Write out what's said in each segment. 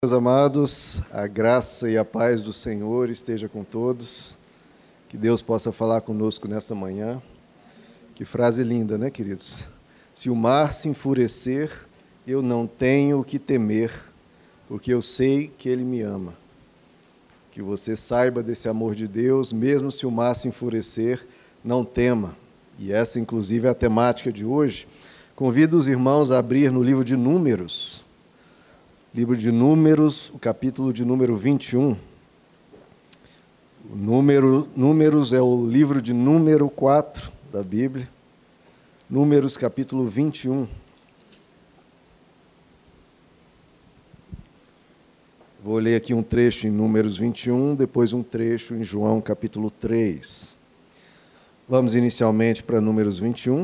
Meus amados, a graça e a paz do Senhor esteja com todos. Que Deus possa falar conosco nessa manhã. Que frase linda, né, queridos? Se o mar se enfurecer, eu não tenho o que temer, porque eu sei que Ele me ama. Que você saiba desse amor de Deus, mesmo se o mar se enfurecer, não tema. E essa, inclusive, é a temática de hoje. Convido os irmãos a abrir no livro de Números. Livro de Números, o capítulo de número 21. Números é o livro de número 4 da Bíblia. Números, capítulo 21. Vou ler aqui um trecho em Números 21, depois um trecho em João, capítulo 3. Vamos inicialmente para Números 21.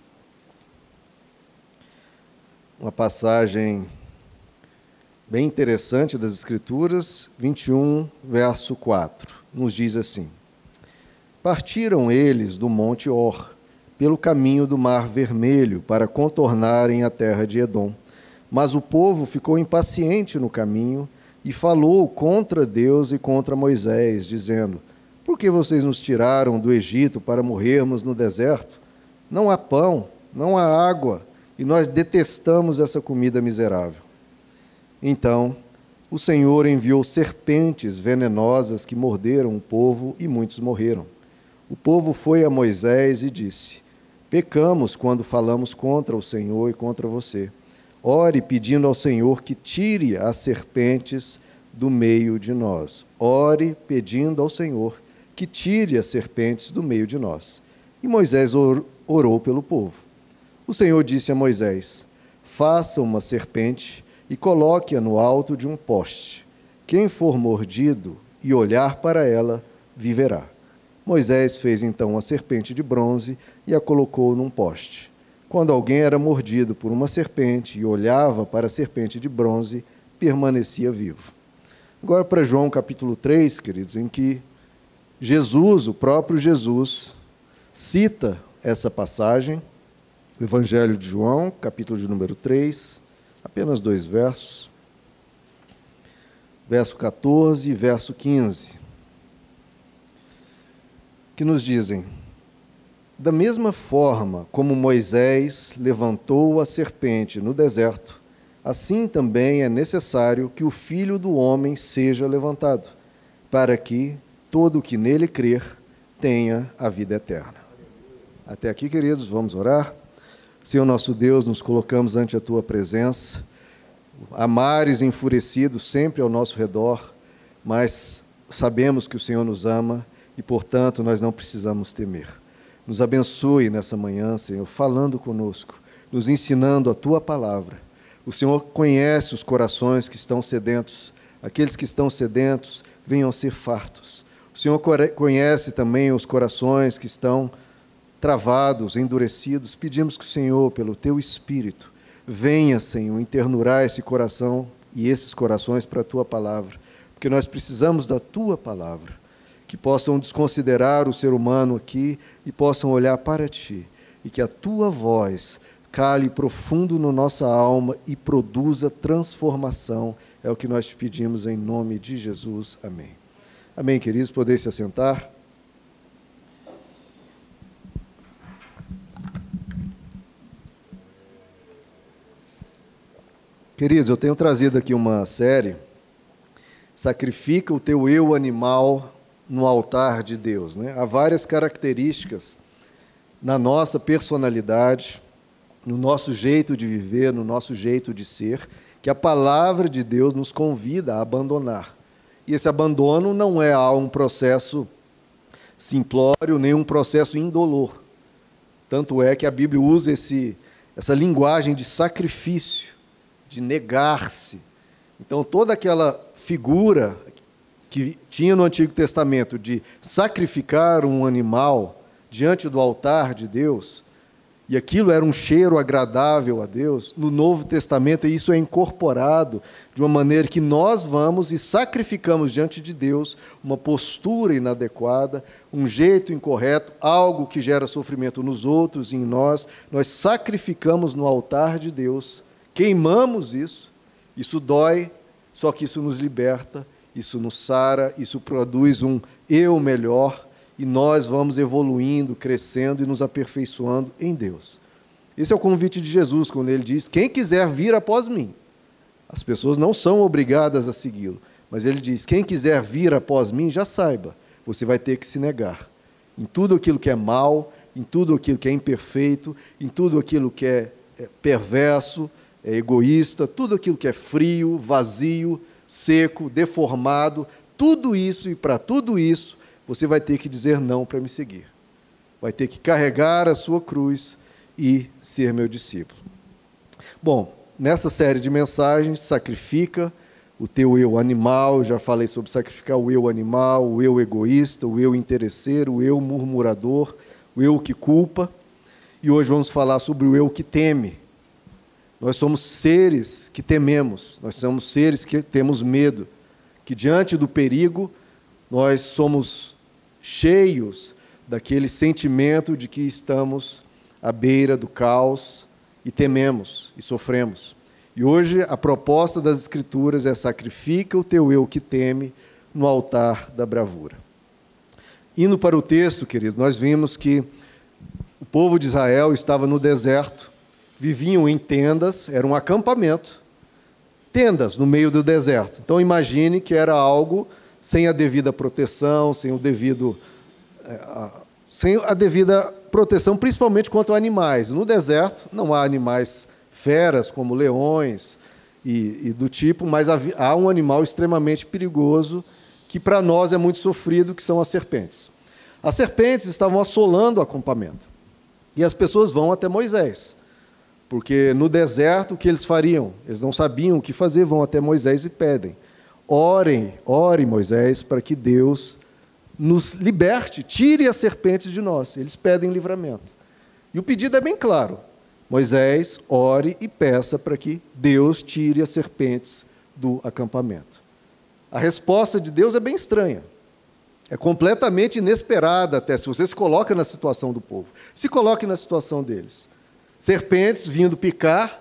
Uma passagem bem interessante das Escrituras, 21, verso 4, nos diz assim: Partiram eles do monte Or, pelo caminho do Mar Vermelho, para contornarem a terra de Edom. Mas o povo ficou impaciente no caminho e falou contra Deus e contra Moisés, dizendo: Por que vocês nos tiraram do Egito para morrermos no deserto? Não há pão, não há água, e nós detestamos essa comida miserável. Então, o Senhor enviou serpentes venenosas que morderam o povo e muitos morreram. O povo foi a Moisés e disse: Pecamos quando falamos contra o Senhor e contra você. Ore pedindo ao Senhor que tire as serpentes do meio de nós. Ore pedindo ao Senhor que tire as serpentes do meio de nós. E Moisés orou pelo povo. O Senhor disse a Moisés: Faça uma serpente e coloque-a no alto de um poste. Quem for mordido e olhar para ela, viverá. Moisés fez então uma serpente de bronze e a colocou num poste. Quando alguém era mordido por uma serpente e olhava para a serpente de bronze, permanecia vivo. Agora para João capítulo 3, queridos, em que Jesus, o próprio Jesus, cita essa passagem, o Evangelho de João, capítulo de número 3, apenas 2 versos, verso 14 e verso 15, que nos dizem: Da mesma forma como Moisés levantou a serpente no deserto, assim também é necessário que o Filho do Homem seja levantado, para que todo o que nele crer tenha a vida eterna. Até aqui, queridos, vamos orar. Senhor nosso Deus, nos colocamos ante a Tua presença, há mares enfurecidos sempre ao nosso redor, mas sabemos que o Senhor nos ama e, portanto, nós não precisamos temer. Nos abençoe nessa manhã, Senhor, falando conosco, nos ensinando a Tua palavra. O Senhor conhece os corações que estão sedentos, aqueles que estão sedentos venham a ser fartos. O Senhor conhece também os corações que estão travados, endurecidos. Pedimos que o Senhor, pelo Teu Espírito, venha, Senhor, internurar esse coração e esses corações para a Tua palavra, porque nós precisamos da Tua palavra, que possam desconsiderar o ser humano aqui e possam olhar para Ti, e que a Tua voz cale profundo na nossa alma e produza transformação. É o que nós te pedimos em nome de Jesus. Amém. Amém, queridos, podem se assentar. Queridos, eu tenho trazido aqui uma série, Sacrifica o teu eu animal no altar de Deus, né? Há várias características na nossa personalidade, no nosso jeito de viver, no nosso jeito de ser, que a palavra de Deus nos convida a abandonar. E esse abandono não é um processo simplório, nem um processo indolor. Tanto é que a Bíblia usa essa linguagem de sacrifício, de negar-se. Então, toda aquela figura que tinha no Antigo Testamento de sacrificar um animal diante do altar de Deus, e aquilo era um cheiro agradável a Deus, no Novo Testamento isso é incorporado de uma maneira que nós vamos e sacrificamos diante de Deus uma postura inadequada, um jeito incorreto, algo que gera sofrimento nos outros e em nós. Nós sacrificamos no altar de Deus, queimamos isso dói, Só que isso nos liberta, isso nos sara, isso produz um eu melhor, e nós vamos evoluindo, crescendo e nos aperfeiçoando em Deus. Esse é o convite de Jesus, quando ele diz: quem quiser vir após mim. As pessoas não são obrigadas a segui-lo, mas ele diz: quem quiser vir após mim, já saiba, você vai ter que se negar. Em tudo aquilo que é mal, em tudo aquilo que é imperfeito, em tudo aquilo que é perverso, é egoísta, tudo aquilo que é frio, vazio, seco, deformado, tudo isso, e para tudo isso, você vai ter que dizer não para me seguir. Vai ter que carregar a sua cruz e ser meu discípulo. Bom, nessa série de mensagens, sacrifica o teu eu animal. Já falei sobre sacrificar o eu animal, o eu egoísta, o eu interesseiro, o eu murmurador, o eu que culpa. E hoje vamos falar sobre o eu que teme. Nós somos seres que tememos, nós somos seres que temos medo, que diante do perigo nós somos cheios daquele sentimento de que estamos à beira do caos e tememos e sofremos. E hoje a proposta das Escrituras é: sacrifica o teu eu que teme no altar da bravura. Indo para o texto, querido, nós vimos que o povo de Israel estava no deserto, viviam em tendas, era um acampamento, tendas no meio do deserto. Então imagine que era algo sem a devida proteção, sem a devida proteção, principalmente quanto a animais. No deserto não há animais feras como leões e do tipo, mas há um animal extremamente perigoso que para nós é muito sofrido, que são as serpentes. As serpentes estavam assolando o acampamento. E as pessoas vão até Moisés, porque no deserto o que eles fariam? Eles não sabiam o que fazer, vão até Moisés e pedem: ore Moisés, para que Deus nos liberte, tire as serpentes de nós. Eles pedem livramento. E o pedido é bem claro: Moisés, ore e peça para que Deus tire as serpentes do acampamento. A resposta de Deus é bem estranha. É completamente inesperada, até se você se coloca na situação do povo. Se coloque na situação deles. Serpentes vindo picar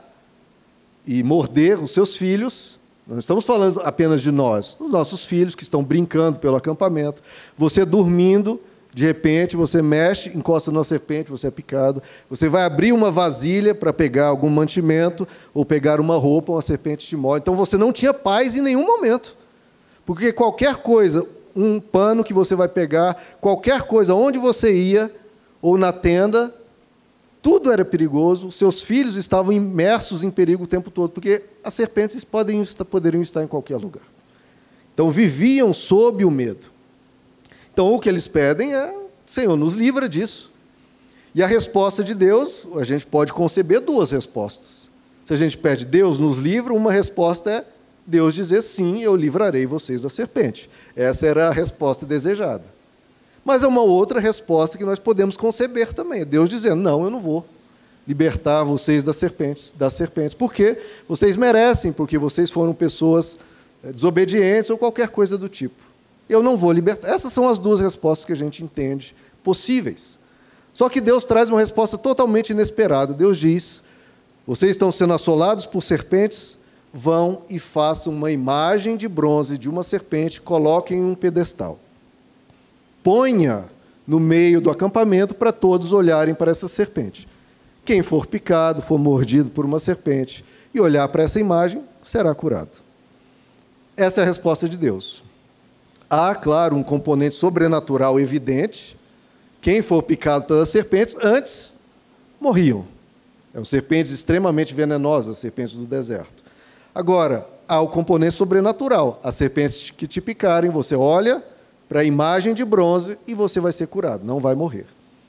e morder os seus filhos. Não estamos falando apenas de nós, os nossos filhos que estão brincando pelo acampamento. Você dormindo, de repente você mexe, encosta numa serpente, você é picado. Você vai abrir uma vasilha para pegar algum mantimento ou pegar uma roupa, uma serpente te morde. Então você não tinha paz em nenhum momento. Porque qualquer coisa, um pano que você vai pegar, qualquer coisa, onde você ia, ou na tenda, tudo era perigoso, seus filhos estavam imersos em perigo o tempo todo, porque as serpentes poderiam estar em qualquer lugar. Então, viviam sob o medo. Então, o que eles pedem é: Senhor, nos livra disso. E a resposta de Deus, a gente pode conceber duas respostas. Se a gente pede: Deus nos livra, uma resposta é Deus dizer: sim, eu livrarei vocês da serpente. Essa era a resposta desejada. Mas é uma outra resposta que nós podemos conceber também. Deus dizendo: não, eu não vou libertar vocês das serpentes, porque vocês merecem, porque vocês foram pessoas desobedientes ou qualquer coisa do tipo. Eu não vou libertar. Essas são as duas respostas que a gente entende possíveis. Só que Deus traz uma resposta totalmente inesperada. Deus diz: vocês estão sendo assolados por serpentes, vão e façam uma imagem de bronze de uma serpente, coloquem em um pedestal. Ponha no meio do acampamento para todos olharem para essa serpente. Quem for picado, for mordido por uma serpente e olhar para essa imagem, será curado. Essa é a resposta de Deus. Há, claro, um componente sobrenatural evidente. Quem for picado pelas serpentes, antes morriam. Eram serpentes extremamente venenosas, serpentes do deserto. Agora, há o componente sobrenatural. As serpentes que te picarem, você olha para a imagem de bronze e você vai ser curado, não vai morrer.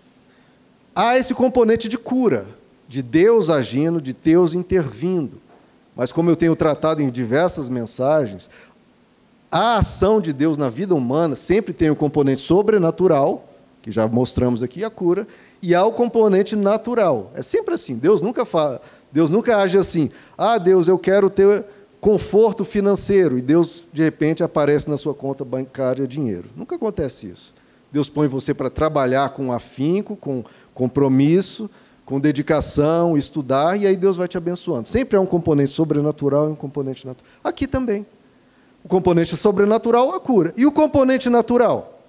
Há esse componente de cura, de Deus agindo, de Deus intervindo. Mas como eu tenho tratado em diversas mensagens, a ação de Deus na vida humana sempre tem um componente sobrenatural, que já mostramos aqui, a cura, e há o componente natural. É sempre assim. Deus nunca age assim: Deus, eu quero ter conforto financeiro, e Deus, de repente, aparece na sua conta bancária dinheiro. Nunca acontece isso. Deus põe você para trabalhar com afinco, com compromisso, com dedicação, estudar, e aí Deus vai te abençoando. Sempre há um componente sobrenatural e um componente natural. Aqui também. O componente sobrenatural, a cura. E o componente natural?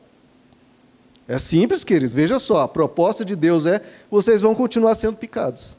É simples, queridos. Veja só, a proposta de Deus é: vocês vão continuar sendo picados.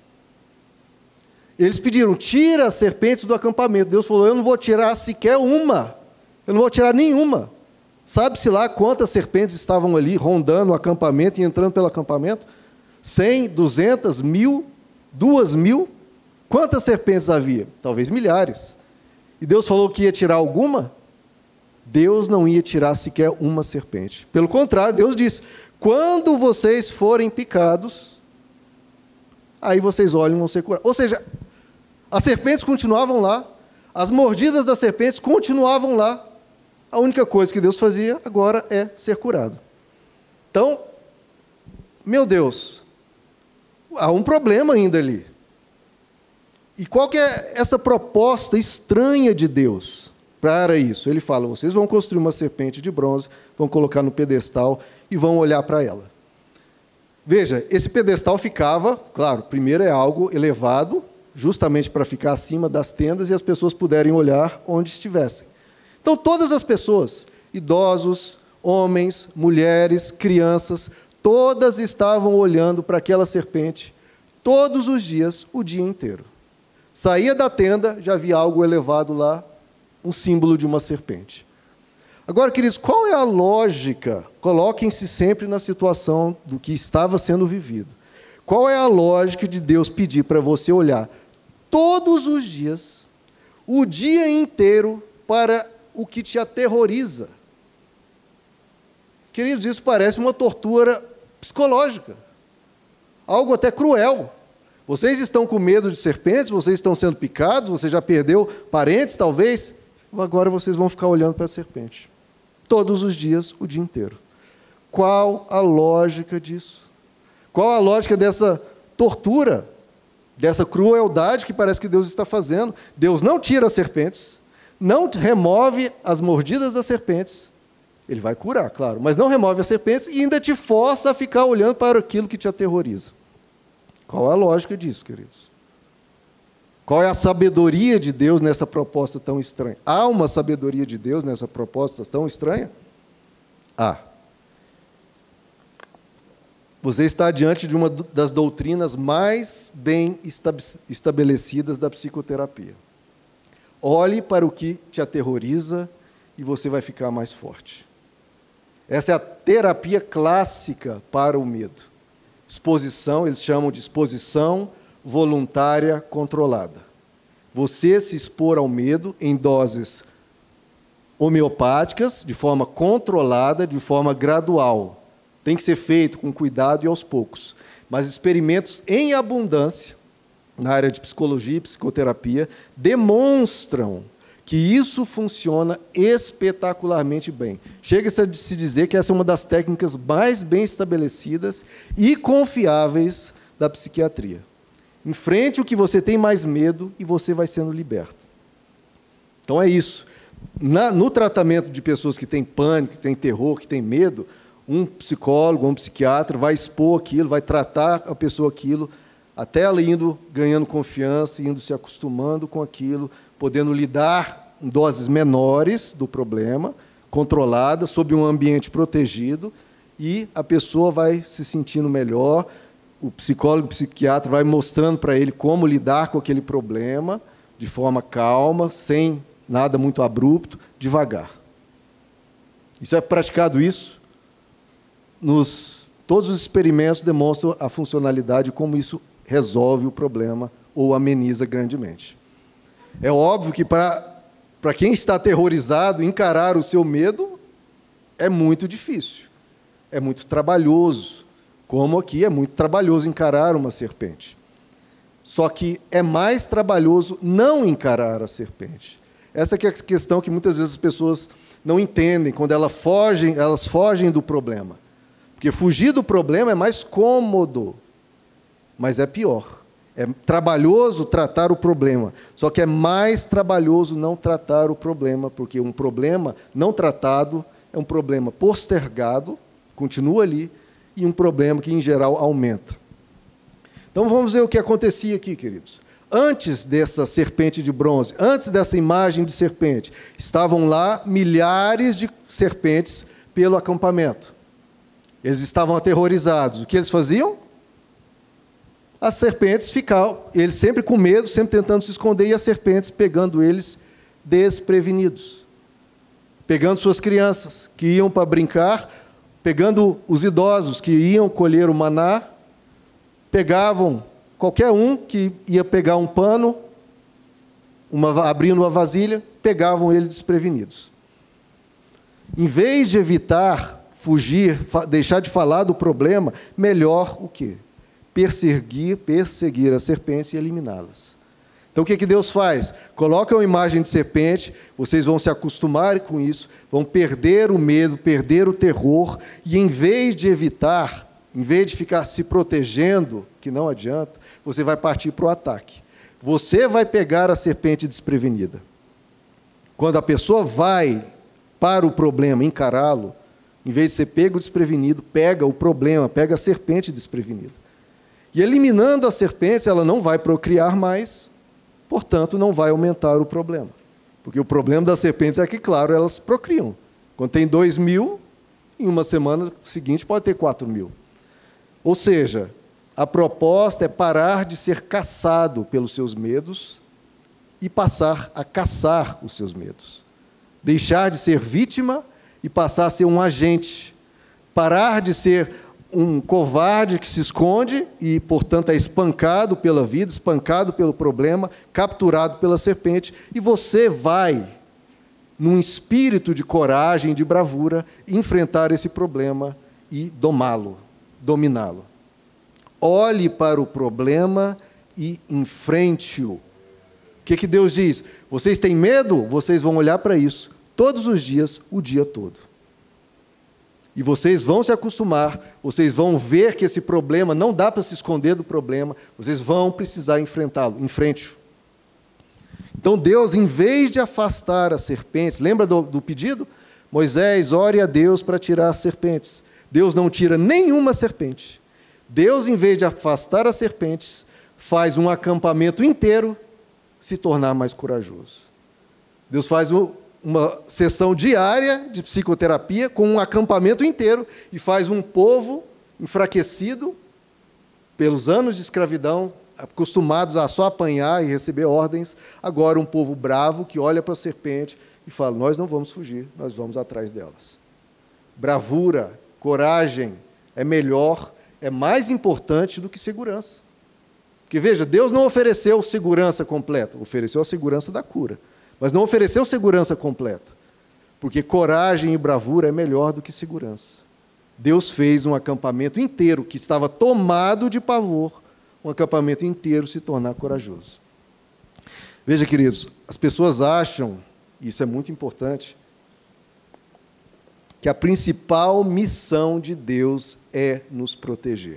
Eles pediram: tira as serpentes do acampamento. Deus falou: eu não vou tirar sequer uma. Eu não vou tirar nenhuma. Sabe-se lá quantas serpentes estavam ali rondando o acampamento e entrando pelo acampamento? 100, 200, 1000, 2000? Quantas serpentes havia? Talvez milhares. E Deus falou que ia tirar alguma? Deus não ia tirar sequer uma serpente. Pelo contrário, Deus disse: quando vocês forem picados, aí vocês olham e vão ser curados. Ou seja, as serpentes continuavam lá, as mordidas das serpentes continuavam lá. A única coisa que Deus fazia agora é ser curado. Então, meu Deus, há um problema ainda ali. E qual que é essa proposta estranha de Deus para isso? Ele fala: vocês vão construir uma serpente de bronze, vão colocar no pedestal e vão olhar para ela. Veja, esse pedestal ficava, claro, primeiro é algo elevado, justamente para ficar acima das tendas e as pessoas puderem olhar onde estivessem. Então, todas as pessoas, idosos, homens, mulheres, crianças, todas estavam olhando para aquela serpente todos os dias, o dia inteiro. Saía da tenda, já havia algo elevado lá, um símbolo de uma serpente. Agora, queridos, qual é a lógica? Coloquem-se sempre na situação do que estava sendo vivido. Qual é a lógica de Deus pedir para você olhar todos os dias, o dia inteiro, para o que te aterroriza? Queridos, isso parece uma tortura psicológica, algo até cruel. Vocês estão com medo de serpentes, vocês estão sendo picados, você já perdeu parentes, talvez, agora vocês vão ficar olhando para a serpente, todos os dias, o dia inteiro. Qual a lógica disso? Qual a lógica dessa tortura, dessa crueldade que parece que Deus está fazendo? Deus não tira as serpentes, não remove as mordidas das serpentes. Ele vai curar, claro, mas não remove as serpentes e ainda te força a ficar olhando para aquilo que te aterroriza. Qual é a lógica disso, queridos? Qual é a sabedoria de Deus nessa proposta tão estranha? Há uma sabedoria de Deus nessa proposta tão estranha? Há. Você está diante de uma das doutrinas mais bem estabelecidas da psicoterapia. Olhe para o que te aterroriza e você vai ficar mais forte. Essa é a terapia clássica para o medo. Exposição, eles chamam de exposição voluntária controlada. Você se expor ao medo em doses homeopáticas, de forma controlada, de forma gradual. Tem que ser feito com cuidado e aos poucos. Mas experimentos em abundância, na área de psicologia e psicoterapia, demonstram que isso funciona espetacularmente bem. Chega-se a se dizer que essa é uma das técnicas mais bem estabelecidas e confiáveis da psiquiatria. Enfrente o que você tem mais medo e você vai sendo liberto. Então é isso. No tratamento de pessoas que têm pânico, que têm terror, que têm medo, um psicólogo, um psiquiatra vai expor aquilo, vai tratar a pessoa aquilo, até ela indo ganhando confiança, indo se acostumando com aquilo, podendo lidar em doses menores do problema, controlada, sob um ambiente protegido, e a pessoa vai se sentindo melhor, o psicólogo, o psiquiatra vai mostrando para ele como lidar com aquele problema, de forma calma, sem nada muito abrupto, devagar. Isso é praticado isso, todos os experimentos demonstram a funcionalidade, como isso resolve o problema ou ameniza grandemente. É óbvio que para quem está aterrorizado, encarar o seu medo é muito difícil, é muito trabalhoso, como aqui é muito trabalhoso encarar uma serpente. Só que é mais trabalhoso não encarar a serpente. Essa que é a questão que muitas vezes as pessoas não entendem, quando elas fogem do problema. Porque fugir do problema é mais cômodo, mas é pior. É trabalhoso tratar o problema, só que é mais trabalhoso não tratar o problema, porque um problema não tratado é um problema postergado, continua ali, e um problema que, em geral, aumenta. Então, vamos ver o que acontecia aqui, queridos. Antes dessa serpente de bronze, antes dessa imagem de serpente, estavam lá milhares de serpentes pelo acampamento. Eles estavam aterrorizados. O que eles faziam? As serpentes ficavam, eles sempre com medo, sempre tentando se esconder, e as serpentes pegando eles desprevenidos. Pegando suas crianças, que iam para brincar, pegando os idosos, que iam colher o maná, pegavam qualquer um que ia pegar um pano, abrindo uma vasilha, pegavam ele desprevenidos. Em vez de evitar, fugir, deixar de falar do problema, melhor o quê? Perseguir as serpentes e eliminá-las. Então o que Deus faz? Coloca uma imagem de serpente, vocês vão se acostumar com isso, vão perder o medo, perder o terror, e em vez de evitar, em vez de ficar se protegendo, que não adianta, você vai partir para o ataque. Você vai pegar a serpente desprevenida. Quando a pessoa vai para o problema encará-lo, em vez de ser pego desprevenido, pega o problema, pega a serpente desprevenida. E eliminando a serpente, ela não vai procriar mais, portanto, não vai aumentar o problema. Porque o problema das serpentes é que, claro, elas procriam. Quando tem 2.000, em uma semana seguinte pode ter 4.000. Ou seja, a proposta é parar de ser caçado pelos seus medos e passar a caçar os seus medos. Deixar de ser vítima e passar a ser um agente. Parar de ser um covarde que se esconde e, portanto, é espancado pela vida, espancado pelo problema, capturado pela serpente, e você vai, num espírito de coragem, de bravura, enfrentar esse problema e domá-lo, dominá-lo. Olhe para o problema e enfrente-o. O que Deus diz? Vocês têm medo? Vocês vão olhar para isso todos os dias, o dia todo. E vocês vão se acostumar, vocês vão ver que esse problema, não dá para se esconder do problema, vocês vão precisar enfrentá-lo, enfrente-o. Então Deus, em vez de afastar as serpentes, lembra do pedido? Moisés, ore a Deus para tirar as serpentes. Deus não tira nenhuma serpente. Deus, em vez de afastar as serpentes, faz um acampamento inteiro se tornar mais corajoso. Deus faz uma sessão diária de psicoterapia com um acampamento inteiro e faz um povo enfraquecido pelos anos de escravidão, acostumados a só apanhar e receber ordens, agora um povo bravo que olha para a serpente e fala, nós não vamos fugir, nós vamos atrás delas. Bravura, coragem é melhor, é mais importante do que segurança. Porque, veja, Deus não ofereceu segurança completa, ofereceu a segurança da cura, mas não ofereceu segurança completa, porque coragem e bravura é melhor do que segurança. Deus fez um acampamento inteiro que estava tomado de pavor, um acampamento inteiro se tornar corajoso. Veja, queridos, as pessoas acham, e isso é muito importante, que a principal missão de Deus é nos proteger.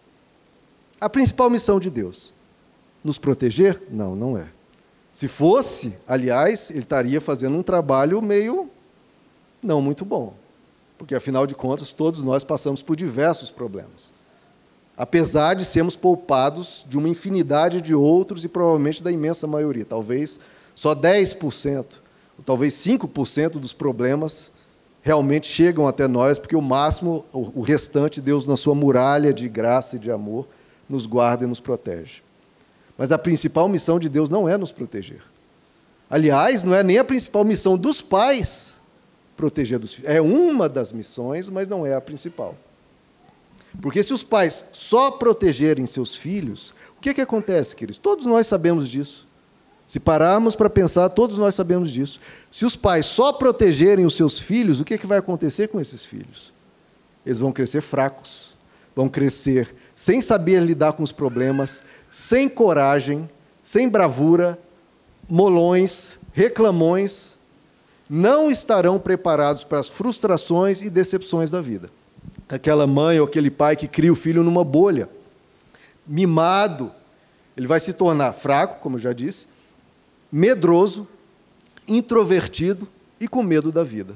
A principal missão de Deus, nos proteger? Não, não é. Se fosse, aliás, ele estaria fazendo um trabalho meio não muito bom, porque, afinal de contas, todos nós passamos por diversos problemas. Apesar de sermos poupados de uma infinidade de outros e provavelmente da imensa maioria, talvez só 10%, ou talvez 5% dos problemas realmente chegam até nós, porque o máximo, o restante, Deus, na sua muralha de graça e de amor, nos guarda e nos protege. Mas a principal missão de Deus não é nos proteger. Aliás, não é nem a principal missão dos pais proteger dos filhos. É uma das missões, mas não é a principal. Porque se os pais só protegerem seus filhos, o que acontece, queridos? Todos nós sabemos disso. Se pararmos para pensar, todos nós sabemos disso. Se os pais só protegerem os seus filhos, o que vai acontecer com esses filhos? Eles vão crescer fracos, vão crescer sem saber lidar com os problemas, sem coragem, sem bravura, molões, reclamões, não estarão preparados para as frustrações e decepções da vida. Aquela mãe ou aquele pai que cria o filho numa bolha, mimado, ele vai se tornar fraco, como eu já disse, medroso, introvertido e com medo da vida.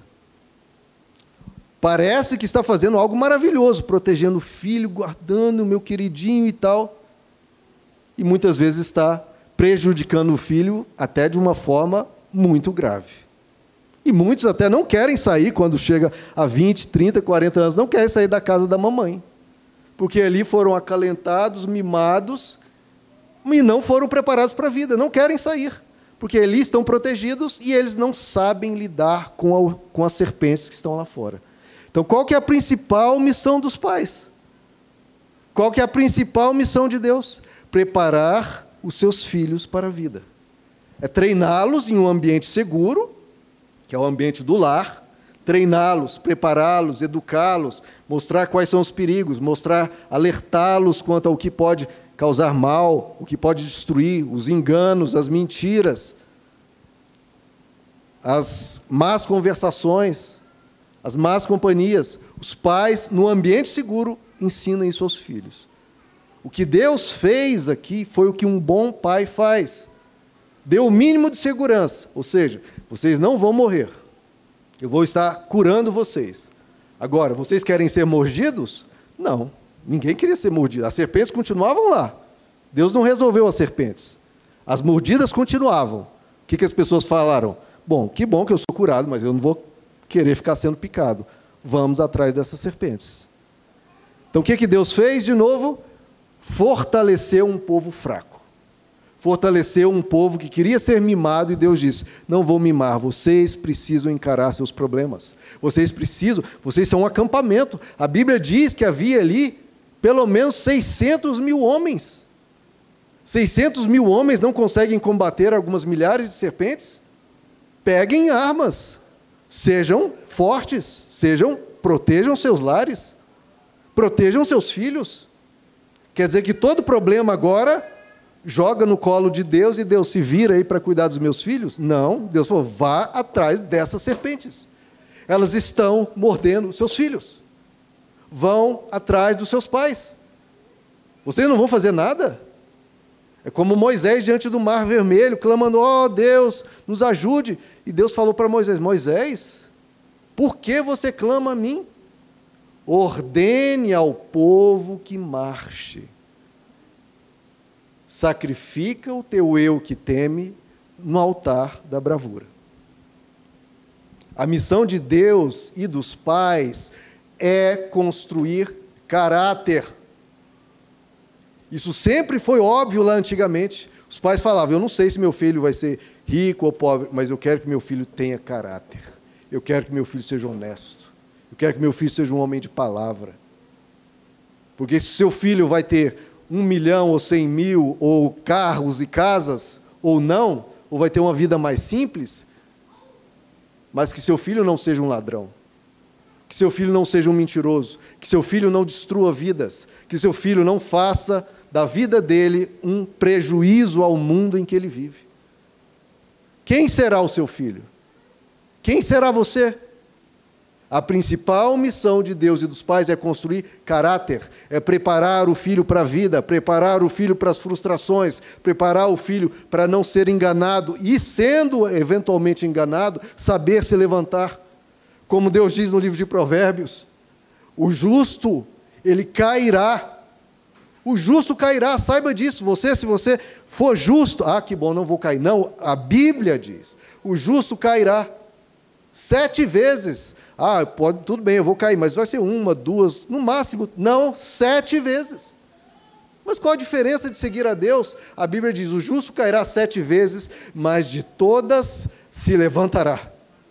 Parece que está fazendo algo maravilhoso, protegendo o filho, guardando o meu queridinho e tal, e muitas vezes está prejudicando o filho até de uma forma muito grave. E muitos até não querem sair quando chega a 20, 30, 40 anos, não querem sair da casa da mamãe, porque ali foram acalentados, mimados, e não foram preparados para a vida, não querem sair, porque ali estão protegidos e eles não sabem lidar com as serpentes que estão lá fora. Então, qual que é a principal missão dos pais? Qual que é a principal missão de Deus? Preparar os seus filhos para a vida. É treiná-los em um ambiente seguro, que é o ambiente do lar, treiná-los, prepará-los, educá-los, mostrar quais são os perigos, alertá-los quanto ao que pode causar mal, o que pode destruir, os enganos, as mentiras, as más conversações, as más companhias. Os pais, no ambiente seguro, ensinam isso aos filhos. O que Deus fez aqui foi o que um bom pai faz. Deu o mínimo de segurança, ou seja, vocês não vão morrer. Eu vou estar curando vocês. Agora, vocês querem ser mordidos? Não, ninguém queria ser mordido. As serpentes continuavam lá. Deus não resolveu as serpentes. As mordidas continuavam. O que as pessoas falaram? Bom, que bom que eu sou curado, mas eu não vou querer ficar sendo picado. Vamos atrás dessas serpentes. Então, o que Deus fez de novo? Fortaleceu um povo fraco. Fortaleceu um povo que queria ser mimado, e Deus disse: não vou mimar, vocês precisam encarar seus problemas. Vocês são um acampamento. A Bíblia diz que havia ali pelo menos 600 mil homens. 600 mil homens não conseguem combater algumas milhares de serpentes? Peguem armas, sejam fortes, protejam seus lares, protejam seus filhos. Quer dizer que todo problema agora joga no colo de Deus e Deus se vira aí para cuidar dos meus filhos? Não, Deus falou: vá atrás dessas serpentes. Elas estão mordendo seus filhos. Vão atrás dos seus pais. Vocês não vão fazer nada? É como Moisés diante do Mar Vermelho, clamando: ó Deus, nos ajude. E Deus falou para Moisés: Moisés, por que você clama a mim? Ordene ao povo que marche. Sacrifica o teu eu que teme no altar da bravura. A missão de Deus e dos pais é construir caráter. Isso sempre foi óbvio lá antigamente. Os pais falavam: eu não sei se meu filho vai ser rico ou pobre, mas eu quero que meu filho tenha caráter. Eu quero que meu filho seja honesto. Eu quero que meu filho seja um homem de palavra. Porque se seu filho vai ter 1 milhão ou 100 mil, ou carros e casas, ou não, ou vai ter uma vida mais simples, mas que seu filho não seja um ladrão, que seu filho não seja um mentiroso, que seu filho não destrua vidas, que seu filho não faça da vida dele um prejuízo ao mundo em que ele vive. Quem será o seu filho? Quem será você? A principal missão de Deus e dos pais é construir caráter, é preparar o filho para a vida, preparar o filho para as frustrações, preparar o filho para não ser enganado e, sendo eventualmente enganado, saber se levantar. Como Deus diz no livro de Provérbios: o justo, ele cairá. O justo cairá, saiba disso. Se você for justo, que bom, não vou cair. Não, a Bíblia diz: o justo cairá 7 vezes. Tudo bem, eu vou cair, mas vai ser 1, 2, no máximo. Não, 7 vezes. Mas qual a diferença de seguir a Deus? A Bíblia diz: o justo cairá 7 vezes, mas de todas se levantará.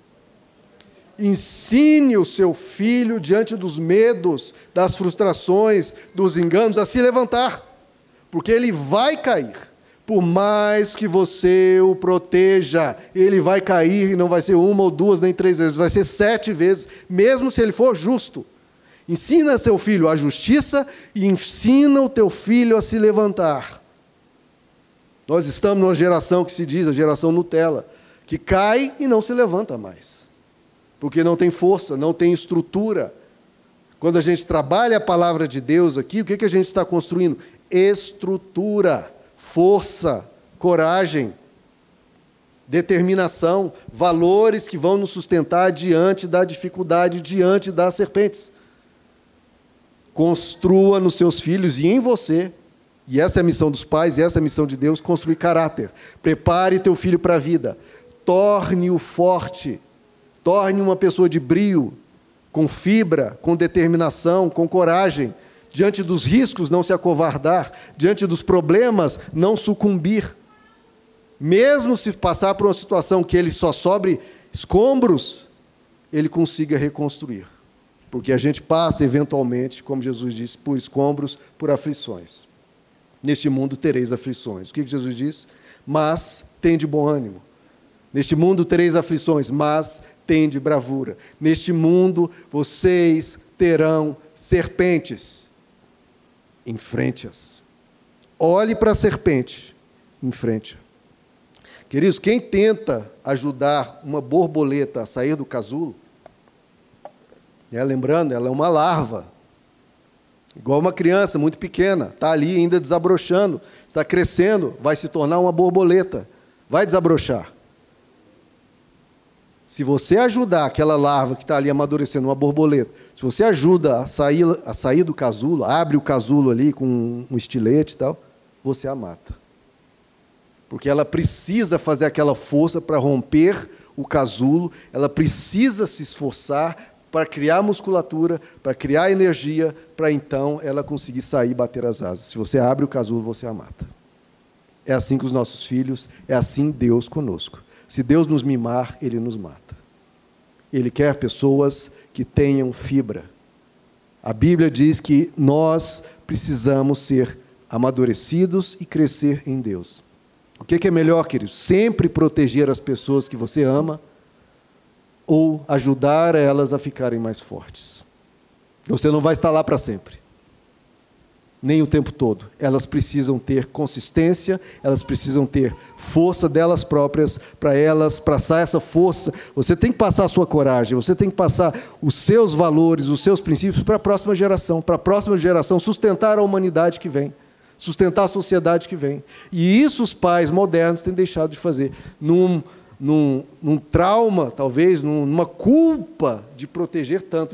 Ensine o seu filho, diante dos medos, das frustrações, dos enganos, a se levantar, porque ele vai cair. Por mais que você o proteja, ele vai cair, e não vai ser 1 ou 2, nem 3 vezes, vai ser 7 vezes, mesmo se ele for justo. Ensina teu filho a justiça e ensina o teu filho a se levantar. Nós estamos numa geração que se diz a geração Nutella, que cai e não se levanta mais, porque não tem força, não tem estrutura. Quando a gente trabalha a palavra de Deus aqui, o que a gente está construindo? Estrutura, força, coragem, determinação, valores que vão nos sustentar diante da dificuldade, diante das serpentes. Construa nos seus filhos e em você E essa é a missão dos pais, e essa é a missão de Deus, construir caráter. Prepare teu filho para a vida. Torne-o forte. Torne uma pessoa de brio, com fibra, com determinação, com coragem. Diante dos riscos, não se acovardar. Diante dos problemas, não sucumbir. Mesmo se passar por uma situação que ele só sobre escombros, ele consiga reconstruir. Porque a gente passa, eventualmente, como Jesus disse, por escombros, por aflições. Neste mundo tereis aflições. O que Jesus diz? Mas tende bom ânimo. Neste mundo tereis aflições, mas tende bravura. Neste mundo vocês terão serpentes. Enfrente-as. Olhe para a serpente. Enfrente-a. Queridos, quem tenta ajudar uma borboleta a sair do casulo, lembrando, ela é uma larva. Igual uma criança muito pequena, está ali ainda desabrochando, está crescendo, vai se tornar uma borboleta, vai desabrochar. Se você ajudar aquela larva que está ali amadurecendo, uma borboleta, se você ajuda a sair do casulo, abre o casulo ali com um estilete e tal, você a mata. Porque ela precisa fazer aquela força para romper o casulo, ela precisa se esforçar para criar musculatura, para criar energia, para então ela conseguir sair e bater as asas. Se você abre o casulo, você a mata. É assim com os nossos filhos, é assim Deus conosco. Se Deus nos mimar, Ele nos mata. Ele quer pessoas que tenham fibra. A Bíblia diz que nós precisamos ser amadurecidos e crescer em Deus. O que é melhor, queridos? Sempre proteger as pessoas que você ama, ou ajudar elas a ficarem mais fortes. Você não vai estar lá para sempre. Nem o tempo todo. Elas precisam ter consistência, elas precisam ter força delas próprias, para elas passar essa força. Você tem que passar a sua coragem, você tem que passar os seus valores, os seus princípios para a próxima geração sustentar a humanidade que vem, sustentar a sociedade que vem. E isso os pais modernos têm deixado de fazer. Num trauma, talvez, numa culpa de proteger tanto,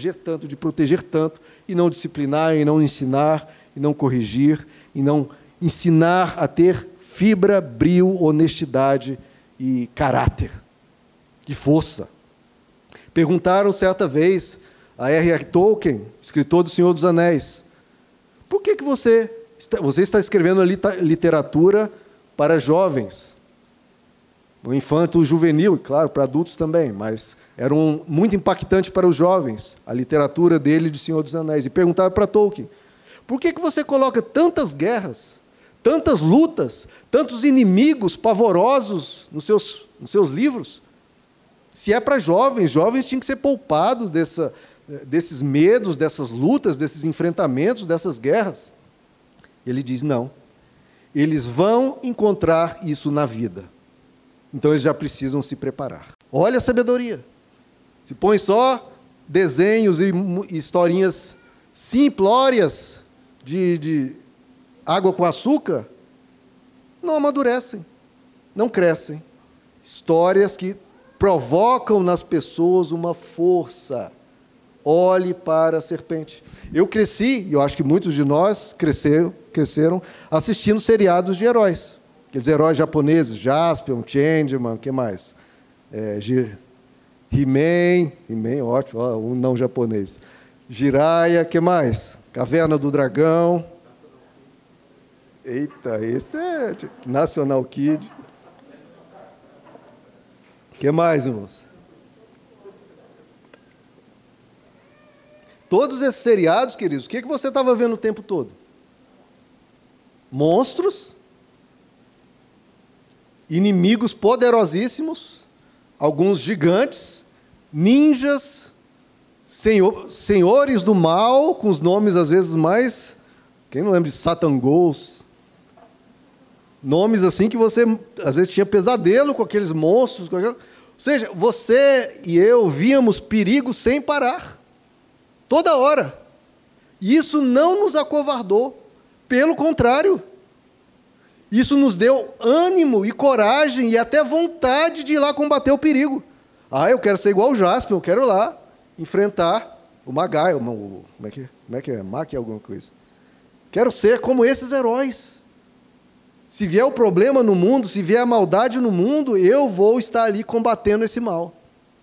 e não disciplinar, e não ensinar, e não corrigir, e não ensinar a ter fibra, brio, honestidade e caráter, de força. Perguntaram certa vez a R.R. Tolkien, escritor do Senhor dos Anéis, por que você está escrevendo literatura para jovens? O infanto juvenil, claro, para adultos também, mas era muito impactante para os jovens, a literatura dele de Senhor dos Anéis. E perguntaram para Tolkien, por que você coloca tantas guerras, tantas lutas, tantos inimigos pavorosos nos seus livros? Se é para jovens tinham que ser poupados desses medos, dessas lutas, desses enfrentamentos, dessas guerras. Ele diz, não, eles vão encontrar isso na vida. Então eles já precisam se preparar. Olha a sabedoria. Se põe só desenhos e historinhas simplórias de água com açúcar, não amadurecem, não crescem. Histórias que provocam nas pessoas uma força. Olhe para a serpente. Eu cresci, e eu acho que muitos de nós cresceram assistindo seriados de heróis. Aqueles heróis japoneses, Jaspion, Changeman, o que mais? He-Man, ótimo, um não japonês. Jiraiya, o que mais? Caverna do Dragão. Eita, esse é National Kid. O que mais, irmãos? Todos esses seriados, queridos, o que você estava vendo o tempo todo? Monstros, inimigos poderosíssimos, alguns gigantes, ninjas, senhores do mal, com os nomes às vezes mais... Quem não lembra de Satan Ghost? Nomes assim que você às vezes tinha pesadelo com aqueles monstros. Ou seja, você e eu víamos perigo sem parar. Toda hora. E isso não nos acovardou. Pelo contrário. Isso nos deu ânimo e coragem e até vontade de ir lá combater o perigo. Eu quero ser igual o Jasper, eu quero ir lá enfrentar o Magai, como é que é? Mac é alguma coisa. Quero ser como esses heróis. Se vier o problema no mundo, se vier a maldade no mundo, eu vou estar ali combatendo esse mal.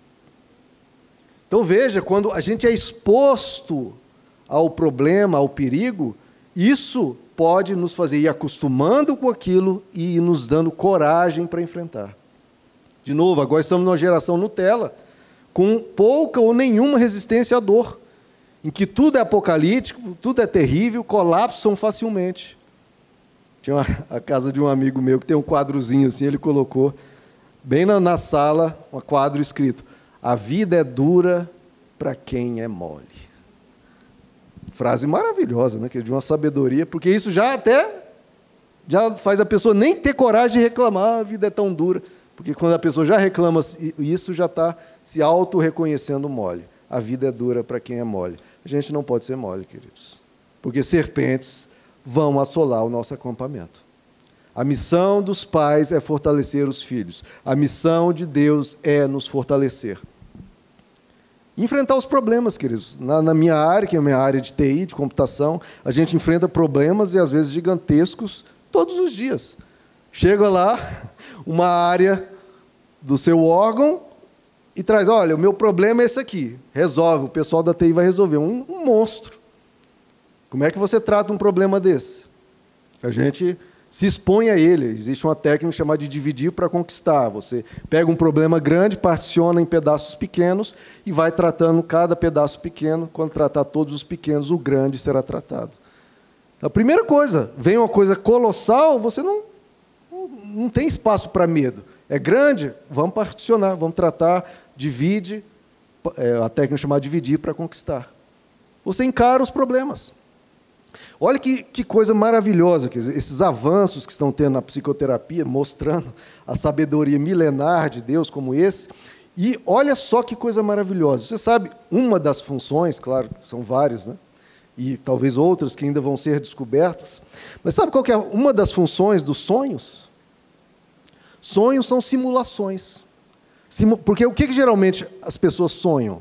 Então veja, quando a gente é exposto ao problema, ao perigo, isso pode nos fazer ir acostumando com aquilo e ir nos dando coragem para enfrentar. De novo, agora estamos numa geração Nutella, com pouca ou nenhuma resistência à dor, em que tudo é apocalíptico, tudo é terrível, colapsam facilmente. Tinha a casa de um amigo meu que tem um quadrozinho assim, ele colocou bem na sala um quadro escrito: a vida é dura para quem é mole. Frase maravilhosa, né? Que é de uma sabedoria, porque isso já faz a pessoa nem ter coragem de reclamar, a vida é tão dura, porque quando a pessoa já reclama isso, já está se auto-reconhecendo mole. A vida é dura para quem é mole. A gente não pode ser mole, queridos, porque serpentes vão assolar o nosso acampamento. A missão dos pais é fortalecer os filhos. A missão de Deus é nos fortalecer. Enfrentar os problemas, queridos. Na minha área, que é a minha área de TI, de computação, a gente enfrenta problemas, e às vezes gigantescos, todos os dias. Chega lá, uma área do seu órgão, e traz: olha, o meu problema é esse aqui. Resolve, o pessoal da TI vai resolver. Um monstro. Como é que você trata um problema desse? A gente se expõe a ele. Existe uma técnica chamada de dividir para conquistar. Você pega um problema grande, particiona em pedaços pequenos e vai tratando cada pedaço pequeno. Quando tratar todos os pequenos, o grande será tratado. A primeira coisa, vem uma coisa colossal, você não tem espaço para medo. É grande, vamos particionar, vamos tratar, divide, a técnica chamada dividir para conquistar. Você encara os problemas. Olha que coisa maravilhosa, quer dizer, esses avanços que estão tendo na psicoterapia, mostrando a sabedoria milenar de Deus como esse. E olha só que coisa maravilhosa. Você sabe, uma das funções, claro, são várias, né? E talvez outras que ainda vão ser descobertas, mas sabe qual que é uma das funções dos sonhos? Sonhos são simulações. Porque o que geralmente as pessoas sonham?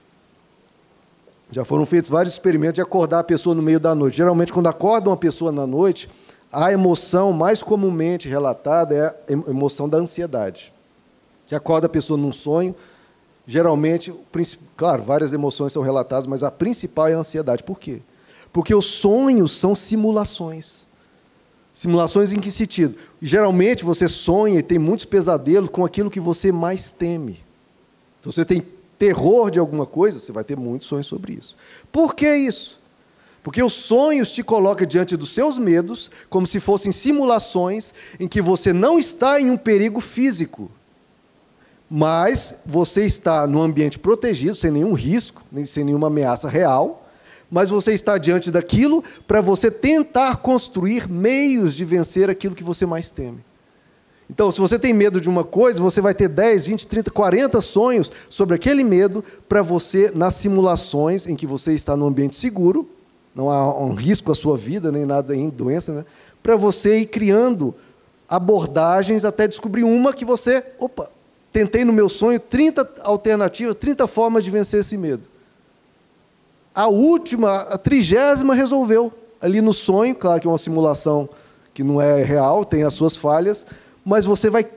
Já foram feitos vários experimentos de acordar a pessoa no meio da noite. Geralmente, quando acorda uma pessoa na noite, a emoção mais comumente relatada é a emoção da ansiedade. Você acorda a pessoa num sonho, geralmente, claro, várias emoções são relatadas, mas a principal é a ansiedade. Por quê? Porque os sonhos são simulações. Simulações em que sentido? Geralmente, você sonha e tem muitos pesadelos com aquilo que você mais teme. Então, você tem terror de alguma coisa, você vai ter muitos sonhos sobre isso. Por que isso? Porque os sonhos te colocam diante dos seus medos, como se fossem simulações em que você não está em um perigo físico, mas você está num ambiente protegido, sem nenhum risco, nem sem nenhuma ameaça real, mas você está diante daquilo para você tentar construir meios de vencer aquilo que você mais teme. Então, se você tem medo de uma coisa, você vai ter 10, 20, 30, 40 sonhos sobre aquele medo para você, nas simulações em que você está num ambiente seguro, não há um risco à sua vida, nem nada em doença, né? Para você ir criando abordagens até descobrir uma que você, tentei no meu sonho 30 alternativas, 30 formas de vencer esse medo. A última, a 30ª resolveu. Ali no sonho, claro que é uma simulação que não é real, tem as suas falhas, mas você vai...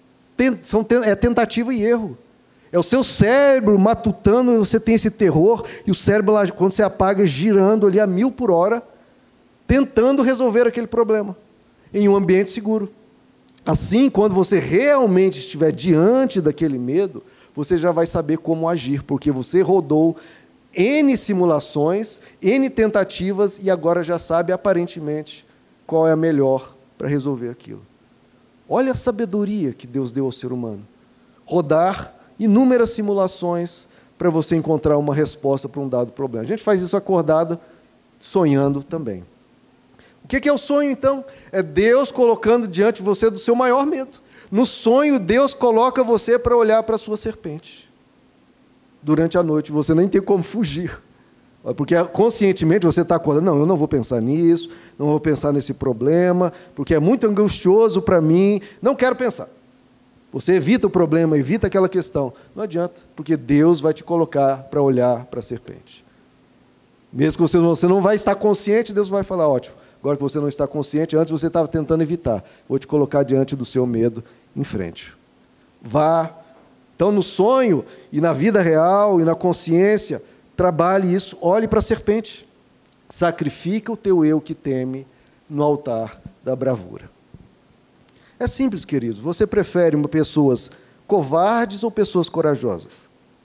É tentativa e erro. É o seu cérebro matutando, você tem esse terror, e o cérebro, lá, quando você apaga, girando ali a 1000 por hora, tentando resolver aquele problema, em um ambiente seguro. Assim, quando você realmente estiver diante daquele medo, você já vai saber como agir, porque você rodou N simulações, N tentativas, e agora já sabe, aparentemente, qual é a melhor para resolver aquilo. Olha a sabedoria que Deus deu ao ser humano. Rodar inúmeras simulações para você encontrar uma resposta para um dado problema. A gente faz isso acordado, sonhando também. O que é o sonho, então? É Deus colocando diante de você do seu maior medo. No sonho, Deus coloca você para olhar para a sua serpente. Durante a noite, você nem tem como fugir. Porque conscientemente você está acordando, não, eu não vou pensar nisso, não vou pensar nesse problema, porque é muito angustioso para mim, não quero pensar. Você evita o problema, evita aquela questão. Não adianta, porque Deus vai te colocar para olhar para a serpente. Mesmo que você não vai estar consciente, Deus vai falar, ótimo, agora que você não está consciente, antes você estava tentando evitar, vou te colocar diante do seu medo em frente. Vá. Então, no sonho, e na vida real, e na consciência, trabalhe isso, olhe para a serpente. Sacrifica o teu eu que teme no altar da bravura. É simples, queridos. Você prefere pessoas covardes ou pessoas corajosas?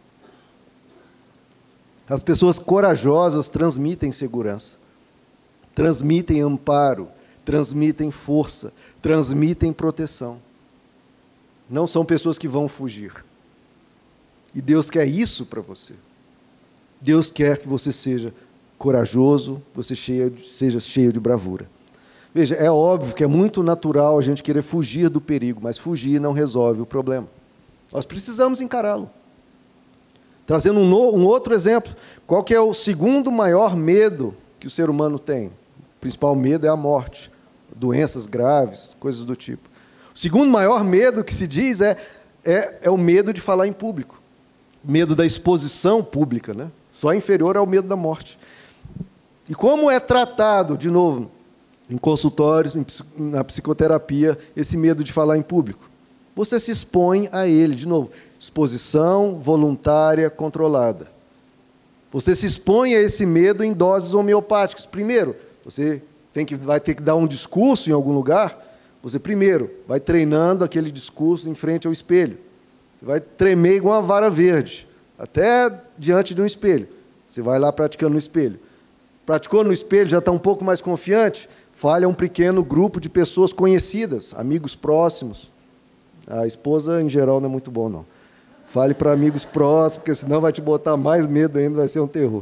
As pessoas corajosas transmitem segurança, transmitem amparo, transmitem força, transmitem proteção. Não são pessoas que vão fugir. E Deus quer isso para você. Deus quer que você seja corajoso, você seja cheio de bravura. Veja, é óbvio que é muito natural a gente querer fugir do perigo, mas fugir não resolve o problema. Nós precisamos encará-lo. Trazendo um outro exemplo, qual que é o segundo maior medo que o ser humano tem? O principal medo é a morte, doenças graves, coisas do tipo. O segundo maior medo que se diz é o medo de falar em público. Medo da exposição pública, né? Só inferior ao medo da morte. E como é tratado, de novo, em consultórios, na psicoterapia, esse medo de falar em público? Você se expõe a ele, de novo, exposição voluntária controlada. Você se expõe a esse medo em doses homeopáticas. Primeiro, você vai ter que dar um discurso em algum lugar, você primeiro vai treinando aquele discurso em frente ao espelho. Você vai tremer igual uma vara verde, até diante de um espelho. Você vai lá praticando no espelho. Praticou no espelho, já está um pouco mais confiante, fale a um pequeno grupo de pessoas conhecidas, amigos próximos. A esposa, em geral, não é muito bom, não. Fale para amigos próximos, porque senão vai te botar mais medo ainda, vai ser um terror.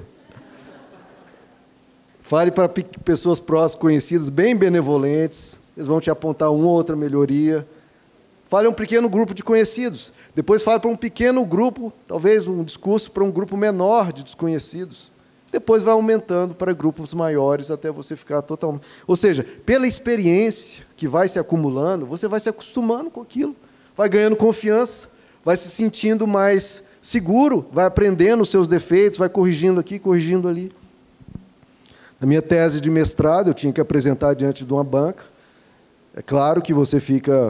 Fale para pessoas próximas, conhecidas, bem benevolentes, eles vão te apontar uma ou outra melhoria. Fale a um pequeno grupo de conhecidos. Depois fale para um pequeno grupo, talvez um discurso para um grupo menor de desconhecidos. Depois vai aumentando para grupos maiores até você ficar totalmente... Ou seja, pela experiência que vai se acumulando, você vai se acostumando com aquilo, vai ganhando confiança, vai se sentindo mais seguro, vai aprendendo os seus defeitos, vai corrigindo aqui, corrigindo ali. Na minha tese de mestrado, eu tinha que apresentar diante de uma banca. É claro que você fica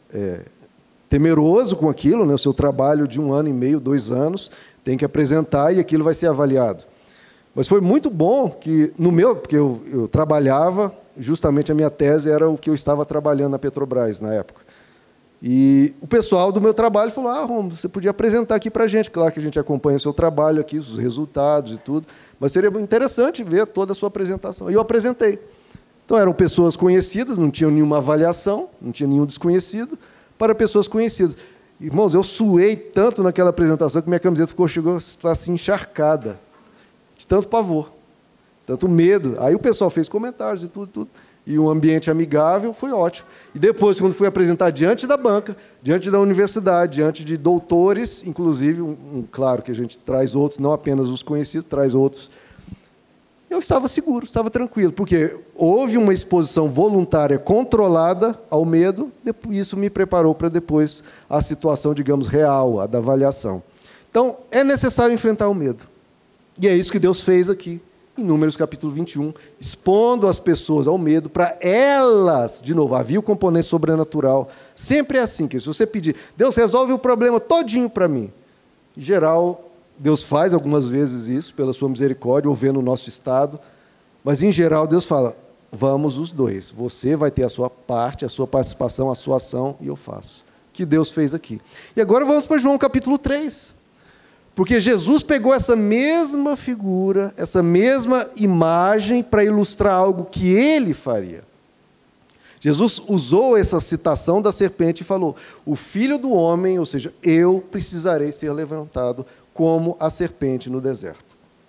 temeroso com aquilo, né? O seu trabalho de 1 ano e meio, 2 anos, tem que apresentar e aquilo vai ser avaliado. Mas foi muito bom que, porque eu trabalhava, justamente a minha tese era o que eu estava trabalhando na Petrobras na época. E o pessoal do meu trabalho falou, Romulo, você podia apresentar aqui para a gente. Claro que a gente acompanha o seu trabalho aqui, os resultados e tudo, mas seria interessante ver toda a sua apresentação. E eu apresentei. Então, eram pessoas conhecidas, não tinham nenhuma avaliação, não tinha nenhum desconhecido, para pessoas conhecidas. Irmãos, eu suei tanto naquela apresentação que minha camiseta chegou a estar assim, encharcada, de tanto pavor, tanto medo. Aí o pessoal fez comentários e tudo, e um ambiente amigável, foi ótimo. E depois, quando fui apresentar diante da banca, diante da universidade, diante de doutores, inclusive, claro que a gente traz outros, não apenas os conhecidos, traz outros. Eu estava seguro, estava tranquilo, porque houve uma exposição voluntária controlada ao medo, e isso me preparou para depois a situação, digamos, real, a da avaliação. Então, é necessário enfrentar o medo. E é isso que Deus fez aqui, em Números capítulo 21, expondo as pessoas ao medo para elas, de novo, havia o componente sobrenatural. Sempre é assim, que se você pedir, Deus resolve o problema todinho para mim. Em geral, Deus faz algumas vezes isso, pela sua misericórdia, ou vendo o nosso estado, mas, em geral, Deus fala, vamos os dois. Você vai ter a sua parte, a sua participação, a sua ação, e eu faço. O que Deus fez aqui. E agora vamos para João capítulo 3. Porque Jesus pegou essa mesma figura, essa mesma imagem, para ilustrar algo que ele faria. Jesus usou essa citação da serpente e falou, o Filho do Homem, ou seja, eu precisarei ser levantado como a serpente no deserto.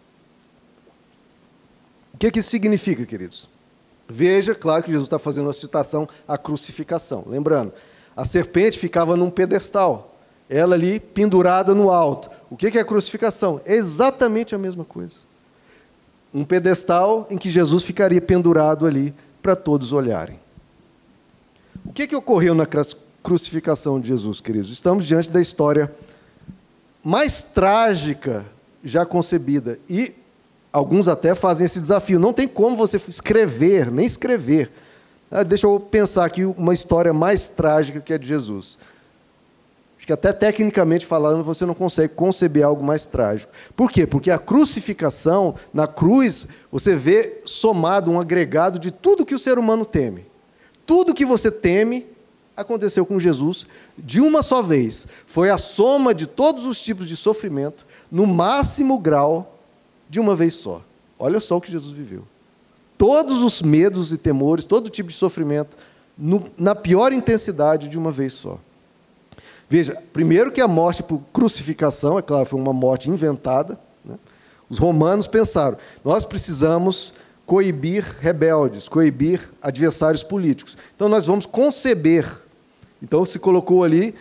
O que isso significa, queridos? Veja, claro que Jesus está fazendo uma citação à crucificação. Lembrando, a serpente ficava num pedestal, ela ali pendurada no alto. O que é a crucificação? É exatamente a mesma coisa. Um pedestal em que Jesus ficaria pendurado ali para todos olharem. O que ocorreu na crucificação de Jesus, queridos? Estamos diante da história mais trágica já concebida. E Alguns até fazem esse desafio. Não tem como você escrever, nem escrever. Deixa eu pensar aqui uma história mais trágica que a de Jesus. Acho que até tecnicamente falando, você não consegue conceber algo mais trágico. Por quê? Porque a crucificação, na cruz, você vê somado um agregado de tudo que o ser humano teme. Tudo que você teme aconteceu com Jesus de uma só vez. Foi a soma de todos os tipos de sofrimento, no máximo grau, de uma vez só. Olha só o que Jesus viveu. Todos os medos e temores, todo tipo de sofrimento, na pior intensidade, de uma vez só. Veja, primeiro que a morte por crucificação, é claro, foi uma morte inventada, né? Os romanos pensaram, nós precisamos coibir rebeldes, coibir adversários políticos. Então, nós vamos conceber. Então, se colocou ali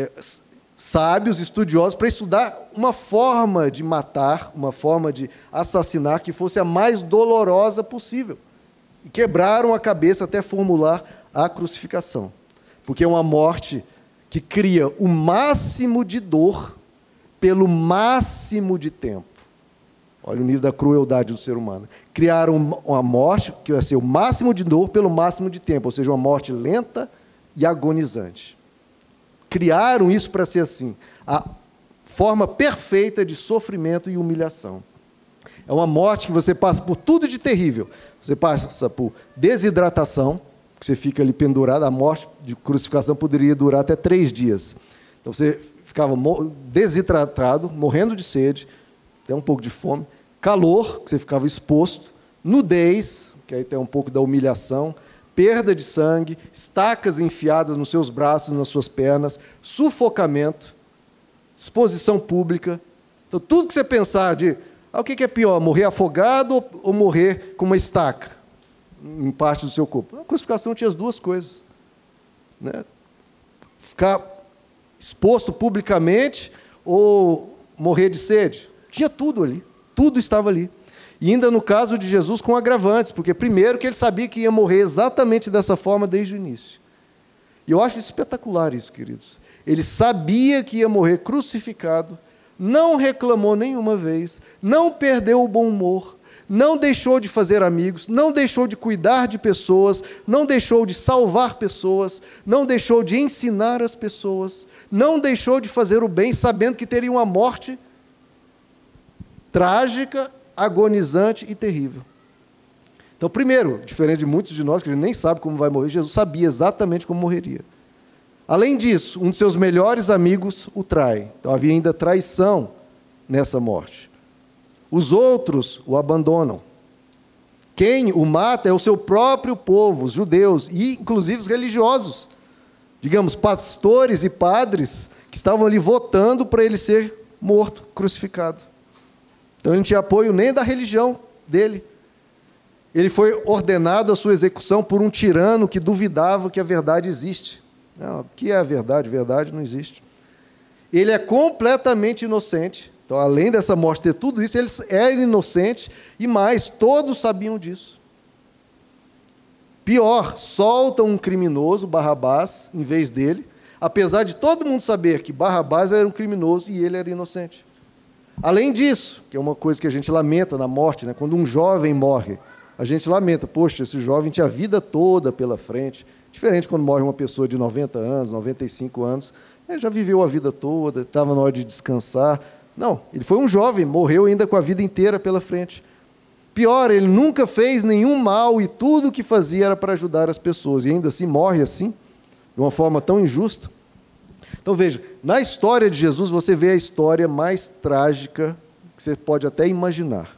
sábios, estudiosos, para estudar uma forma de matar, uma forma de assassinar que fosse a mais dolorosa possível. E quebraram a cabeça até formular a crucificação. Porque é uma morte que cria o máximo de dor pelo máximo de tempo. Olha o nível da crueldade do ser humano. Criaram uma morte que vai ser o máximo de dor pelo máximo de tempo, ou seja, uma morte lenta e agonizante. Criaram isso para ser assim, a forma perfeita de sofrimento e humilhação. É uma morte que você passa por tudo de terrível. Você passa por desidratação, que você fica ali pendurado, a morte de crucificação poderia durar até 3 dias. Então você ficava desidratado, morrendo de sede, até um pouco de fome, calor, que você ficava exposto, nudez, que aí tem um pouco da humilhação, perda de sangue, estacas enfiadas nos seus braços, nas suas pernas, sufocamento, exposição pública. Então, tudo que você pensar de o que é pior, morrer afogado ou morrer com uma estaca em parte do seu corpo? A crucificação tinha as duas coisas. Né? Ficar exposto publicamente ou morrer de sede. Tinha tudo ali, tudo estava ali. E ainda no caso de Jesus com agravantes, porque primeiro que ele sabia que ia morrer exatamente dessa forma desde o início. E eu acho espetacular isso, queridos. Ele sabia que ia morrer crucificado, não reclamou nenhuma vez, não perdeu o bom humor, não deixou de fazer amigos, não deixou de cuidar de pessoas, não deixou de salvar pessoas, não deixou de ensinar as pessoas, não deixou de fazer o bem, sabendo que teria uma morte trágica, agonizante e terrível. Então, primeiro, diferente de muitos de nós, que a gente nem sabe como vai morrer, Jesus sabia exatamente como morreria. Além disso, um de seus melhores amigos o trai. Então, havia ainda traição nessa morte. Os outros o abandonam. Quem o mata é o seu próprio povo, os judeus, e inclusive os religiosos. Digamos, pastores e padres que estavam ali votando para ele ser morto, crucificado. Então, ele não tinha apoio nem da religião dele. Ele foi ordenado a sua execução por um tirano que duvidava que a verdade existe. Não, o que é a verdade? Verdade não existe. Ele é completamente inocente. Então, além dessa morte ter tudo isso, ele era inocente e mais, todos sabiam disso. Pior, soltam um criminoso, Barrabás, em vez dele, apesar de todo mundo saber que Barrabás era um criminoso e ele era inocente. Além disso, que é uma coisa que a gente lamenta na morte, né? Quando um jovem morre, a gente lamenta, poxa, esse jovem tinha a vida toda pela frente. Diferente quando morre uma pessoa de 90 anos, 95 anos, ele já viveu a vida toda, estava na hora de descansar. Não, ele foi um jovem, morreu ainda com a vida inteira pela frente. Pior, ele nunca fez nenhum mal e tudo o que fazia era para ajudar as pessoas. E ainda assim morre assim, de uma forma tão injusta. Então veja, na história de Jesus você vê a história mais trágica que você pode até imaginar.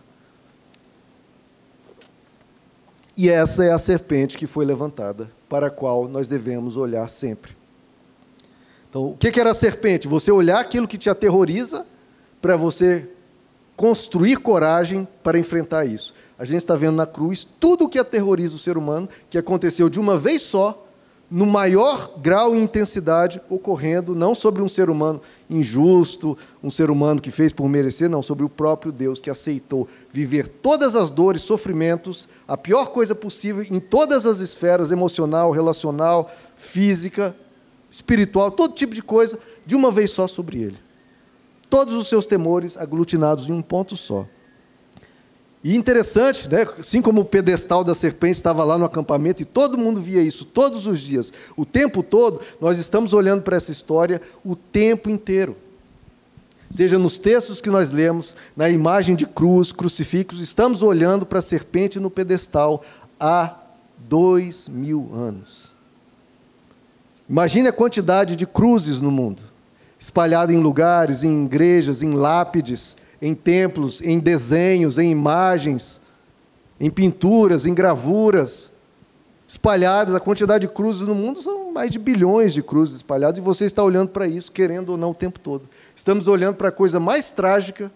E essa é a serpente que foi levantada, para a qual nós devemos olhar sempre. Então, o que era a serpente? Você olhar aquilo que te aterroriza para você construir coragem para enfrentar isso. A gente está vendo na cruz tudo o que aterroriza o ser humano, que aconteceu de uma vez só, no maior grau e intensidade, ocorrendo não sobre um ser humano injusto, um ser humano que fez por merecer, não, sobre o próprio Deus que aceitou viver todas as dores, sofrimentos, a pior coisa possível em todas as esferas, emocional, relacional, física, espiritual, todo tipo de coisa, de uma vez só sobre ele. Todos os seus temores aglutinados em um ponto só. E interessante, né? Assim como o pedestal da serpente estava lá no acampamento, e todo mundo via isso todos os dias, o tempo todo, nós estamos olhando para essa história o tempo inteiro. Seja nos textos que nós lemos, na imagem de cruz, crucifixos, estamos olhando para a serpente no pedestal há 2000 anos. Imagine a quantidade de cruzes no mundo, espalhada em lugares, em igrejas, em lápides, em templos, em desenhos, em imagens, em pinturas, em gravuras, espalhadas. A quantidade de cruzes no mundo são mais de bilhões de cruzes espalhadas, e você está olhando para isso, querendo ou não, o tempo todo. Estamos olhando para a coisa mais trágica,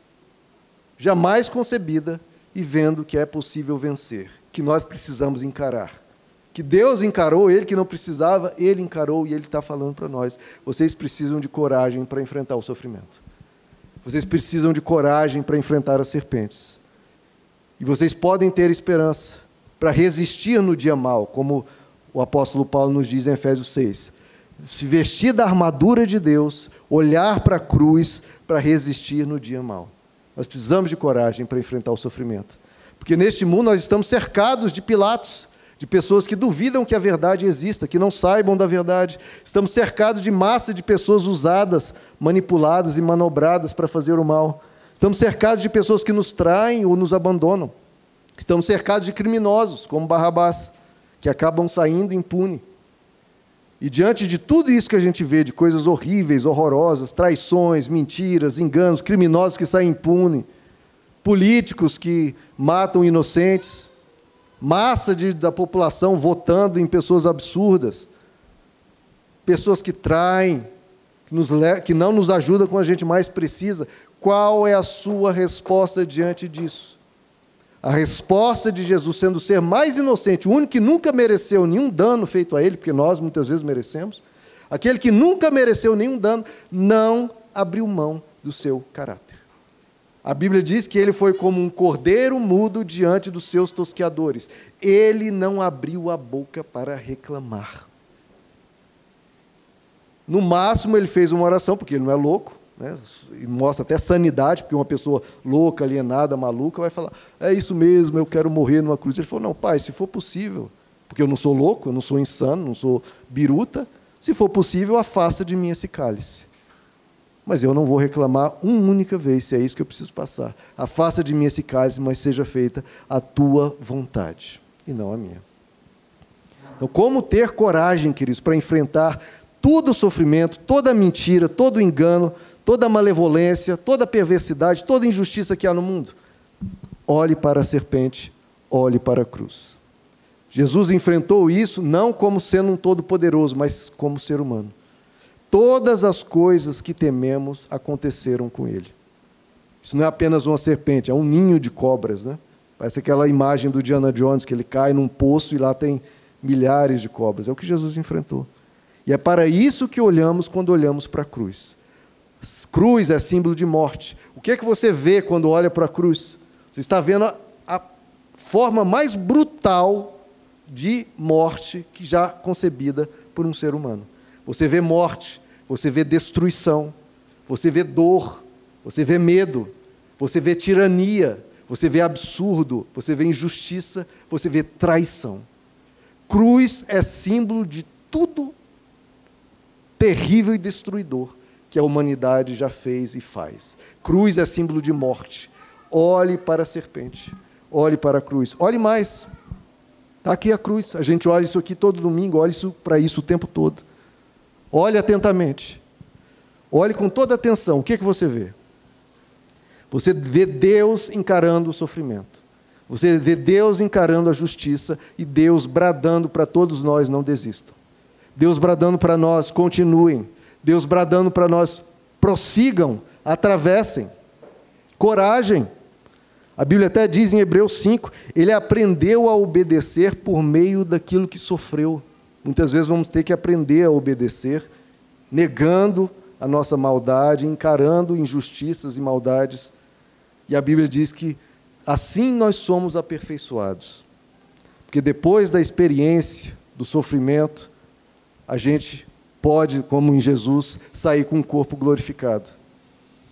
jamais concebida, e vendo que é possível vencer, que nós precisamos encarar. Que Deus encarou, Ele que não precisava, Ele encarou, e Ele está falando para nós. Vocês precisam de coragem para enfrentar o sofrimento. Vocês precisam de coragem para enfrentar as serpentes. E vocês podem ter esperança para resistir no dia mau, como o apóstolo Paulo nos diz em Efésios 6. Se vestir da armadura de Deus, olhar para a cruz para resistir no dia mau. Nós precisamos de coragem para enfrentar o sofrimento. Porque neste mundo nós estamos cercados de Pilatos, de pessoas que duvidam que a verdade exista, que não saibam da verdade. Estamos cercados de massa de pessoas usadas, manipuladas e manobradas para fazer o mal. Estamos cercados de pessoas que nos traem ou nos abandonam. Estamos cercados de criminosos, como Barrabás, que acabam saindo impune. E diante de tudo isso que a gente vê, de coisas horríveis, horrorosas, traições, mentiras, enganos, criminosos que saem impunes, políticos que matam inocentes, massa da população votando em pessoas absurdas, pessoas que traem, que não nos ajudam quando a gente mais precisa. Qual é a sua resposta diante disso? A resposta de Jesus, sendo o ser mais inocente, o único que nunca mereceu nenhum dano feito a ele, porque nós muitas vezes merecemos, aquele que nunca mereceu nenhum dano, não abriu mão do seu caráter. A Bíblia diz que ele foi como um cordeiro mudo diante dos seus tosqueadores. Ele não abriu a boca para reclamar. No máximo, ele fez uma oração, porque ele não é louco, né? E mostra até sanidade, porque uma pessoa louca, alienada, maluca, vai falar, é isso mesmo, eu quero morrer numa cruz. Ele falou, não, pai, se for possível, porque eu não sou louco, eu não sou insano, não sou biruta, se for possível, afasta de mim esse cálice. Mas eu não vou reclamar uma única vez, se é isso que eu preciso passar. Afasta de mim esse cálice, mas seja feita a tua vontade, e não a minha. Então, como ter coragem, queridos, para enfrentar todo o sofrimento, toda a mentira, todo o engano, toda a malevolência, toda a perversidade, toda a injustiça que há no mundo? Olhe para a serpente, olhe para a cruz. Jesus enfrentou isso não como sendo um todo-poderoso, mas como ser humano. Todas as coisas que tememos aconteceram com ele. Isso não é apenas uma serpente, é um ninho de cobras, né? Parece aquela imagem do Indiana Jones, que ele cai num poço e lá tem milhares de cobras. É o que Jesus enfrentou. E é para isso que olhamos quando olhamos para a cruz. Cruz é símbolo de morte. O que é que você vê quando olha para a cruz? Você está vendo a forma mais brutal de morte que já concebida por um ser humano. Você vê morte, você vê destruição, você vê dor, você vê medo, você vê tirania, você vê absurdo, você vê injustiça, você vê traição. Cruz é símbolo de tudo terrível e destruidor que a humanidade já fez e faz. Cruz é símbolo de morte. Olhe para a serpente, olhe para a cruz. Olhe mais, está aqui a cruz. A gente olha isso aqui todo domingo, olha para isso o tempo todo. Olhe atentamente. Olhe com toda atenção. O que você vê? Você vê Deus encarando o sofrimento. Você vê Deus encarando a justiça e Deus bradando para todos nós, não desistam. Deus bradando para nós, continuem. Deus bradando para nós, prossigam, atravessem. Coragem. A Bíblia até diz em Hebreus 5, ele aprendeu a obedecer por meio daquilo que sofreu. Muitas vezes vamos ter que aprender a obedecer, negando a nossa maldade, encarando injustiças e maldades. E a Bíblia diz que assim nós somos aperfeiçoados. Porque depois da experiência, do sofrimento, a gente pode, como em Jesus, sair com o corpo glorificado.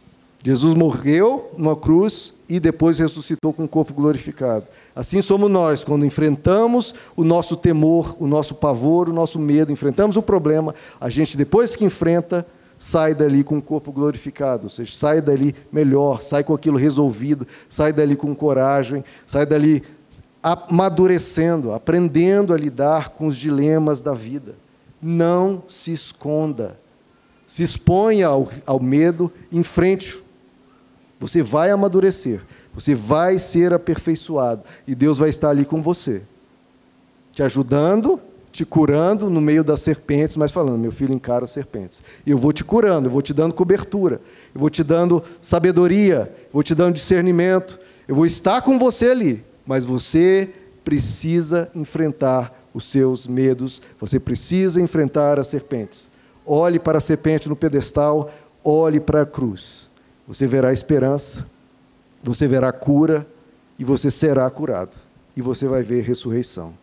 Jesus morreu numa cruz e depois ressuscitou com o corpo glorificado. Assim somos nós, quando enfrentamos o nosso temor, o nosso pavor, o nosso medo, enfrentamos o problema, a gente, depois que enfrenta, sai dali com o corpo glorificado, ou seja, sai dali melhor, sai com aquilo resolvido, sai dali com coragem, sai dali amadurecendo, aprendendo a lidar com os dilemas da vida. Não se esconda, se exponha ao medo, enfrente-o. Você vai amadurecer, você vai ser aperfeiçoado, e Deus vai estar ali com você, te ajudando, te curando no meio das serpentes, mas falando, meu filho, encara as serpentes. E eu vou te curando, eu vou te dando cobertura, eu vou te dando sabedoria, eu vou te dando discernimento, eu vou estar com você ali, mas você precisa enfrentar os seus medos, você precisa enfrentar as serpentes. Olhe para a serpente no pedestal, olhe para a cruz. Você verá esperança, você verá cura, e você será curado. E você vai ver ressurreição.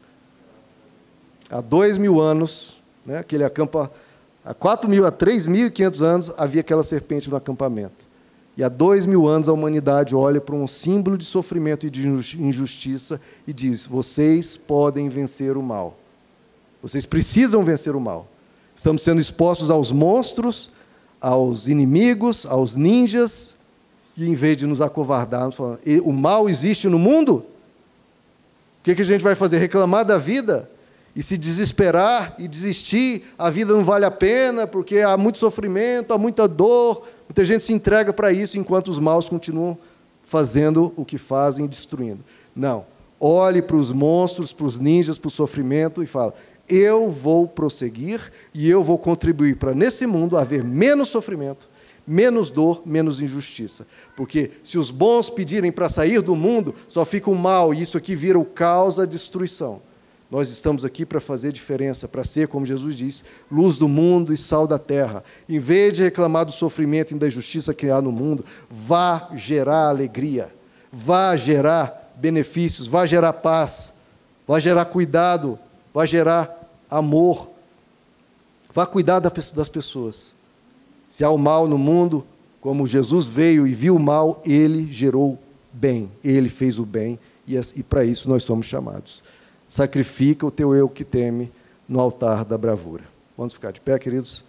Há 2.000 anos, né, há 4.000, há 3.500 anos, havia aquela serpente no acampamento. E há 2.000 anos a humanidade olha para um símbolo de sofrimento e de injustiça e diz, vocês podem vencer o mal. Vocês precisam vencer o mal. Estamos sendo expostos aos monstros, aos inimigos, aos ninjas, e em vez de nos acovardarmos, falando, o mal existe no mundo? O que a gente vai fazer? Reclamar da vida? E se desesperar e desistir? A vida não vale a pena, porque há muito sofrimento, há muita dor, muita gente se entrega para isso, enquanto os maus continuam fazendo o que fazem, destruindo. Não. Olhe para os monstros, para os ninjas, para o sofrimento e fala, eu vou prosseguir e eu vou contribuir para nesse mundo haver menos sofrimento, menos dor, menos injustiça. Porque se os bons pedirem para sair do mundo, só fica o mal, e isso aqui vira o caos, a destruição. Nós estamos aqui para fazer diferença, para ser, como Jesus disse, luz do mundo e sal da terra. Em vez de reclamar do sofrimento e da injustiça que há no mundo, vá gerar alegria, vá gerar benefícios, vá gerar paz, vá gerar cuidado, vá gerar amor, vá cuidar das pessoas. Se há o mal no mundo, como Jesus veio e viu o mal, ele gerou bem, ele fez o bem, e para isso nós somos chamados. Sacrifica o teu eu que teme no altar da bravura. Vamos ficar de pé, queridos?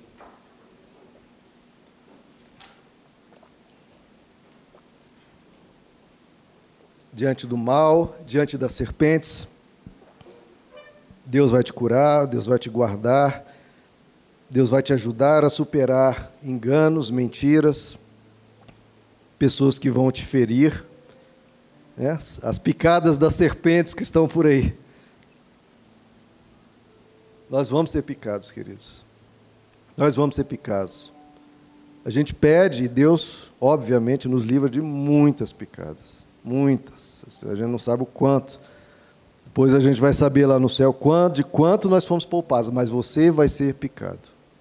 Diante do mal, diante das serpentes, Deus vai te curar, Deus vai te guardar, Deus vai te ajudar a superar enganos, mentiras, pessoas que vão te ferir, né? As picadas das serpentes que estão por aí. Nós vamos ser picados, queridos. Nós vamos ser picados. A gente pede e Deus, obviamente, nos livra de muitas picadas. Muitas. A gente não sabe o quanto. Depois a gente vai saber lá no céu de quanto nós fomos poupados, mas você vai ser picado.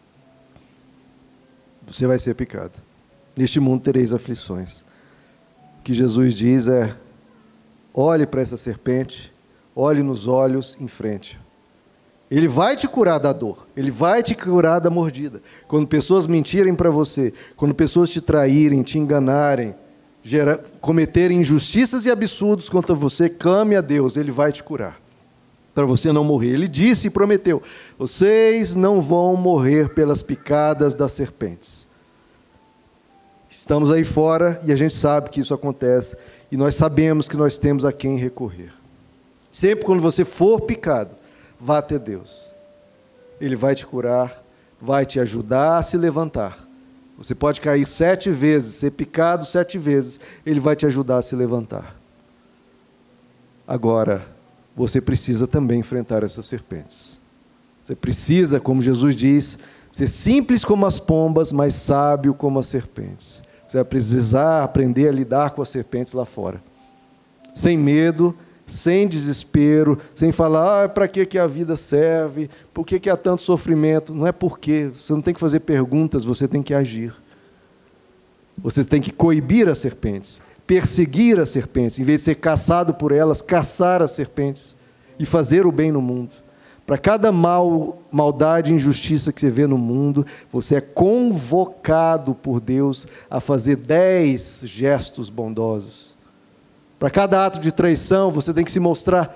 Você vai ser picado. Neste mundo tereis aflições. O que Jesus diz é, olhe para essa serpente, olhe nos olhos, em frente. Ele vai te curar da dor, ele vai te curar da mordida. Quando pessoas mentirem para você, quando pessoas te traírem, te enganarem, cometerem injustiças e absurdos contra você, clame a Deus, ele vai te curar, para você não morrer. Ele disse e prometeu, vocês não vão morrer pelas picadas das serpentes. Estamos aí fora e a gente sabe que isso acontece, e nós sabemos que nós temos a quem recorrer. Sempre quando você for picado, vá até Deus. Ele vai te curar, vai te ajudar a se levantar. Você pode cair 7 vezes, ser picado 7 vezes, ele vai te ajudar a se levantar. Agora, você precisa também enfrentar essas serpentes. Você precisa, como Jesus diz, ser simples como as pombas, mas sábio como as serpentes. Você vai precisar aprender a lidar com as serpentes lá fora. Sem medo, sem desespero, sem falar, para que a vida serve, por que há tanto sofrimento? Não é porque, você não tem que fazer perguntas, você tem que agir. Você tem que coibir as serpentes, perseguir as serpentes, em vez de ser caçado por elas, caçar as serpentes e fazer o bem no mundo. Para cada maldade e injustiça que você vê no mundo, você é convocado por Deus a fazer 10 gestos bondosos. Para cada ato de traição, você tem que se mostrar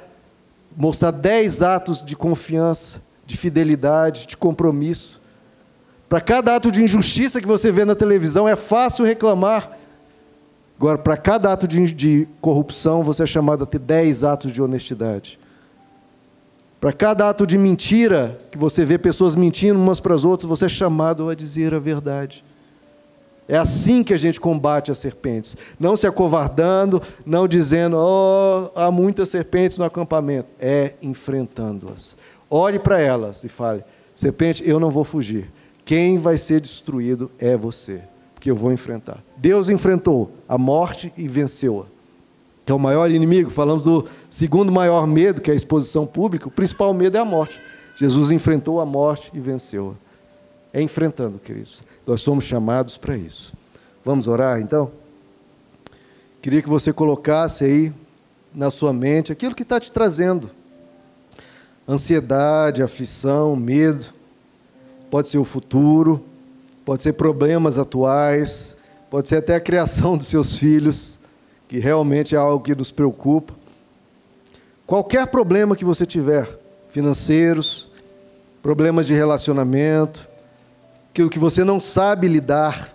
10 atos de confiança, de fidelidade, de compromisso. Para cada ato de injustiça que você vê na televisão, é fácil reclamar. Agora, para cada ato de corrupção, você é chamado a ter 10 atos de honestidade. Para cada ato de mentira, que você vê pessoas mentindo umas para as outras, você é chamado a dizer a verdade. É assim que a gente combate as serpentes. Não se acovardando, não dizendo, há muitas serpentes no acampamento. É enfrentando-as. Olhe para elas e fale, serpente, eu não vou fugir. Quem vai ser destruído é você, porque eu vou enfrentar. Deus enfrentou a morte e venceu-a. Que é o maior inimigo. Falamos do segundo maior medo, que é a exposição pública. O principal medo é a morte. Jesus enfrentou a morte e venceu-a. É enfrentando, queridos. Nós somos chamados para isso. Vamos orar, então? Queria que você colocasse aí na sua mente aquilo que está te trazendo. Ansiedade, aflição, medo. Pode ser o futuro, pode ser problemas atuais, pode ser até a criação dos seus filhos, que realmente é algo que nos preocupa. Qualquer problema que você tiver, financeiros, problemas de relacionamento, aquilo que você não sabe lidar,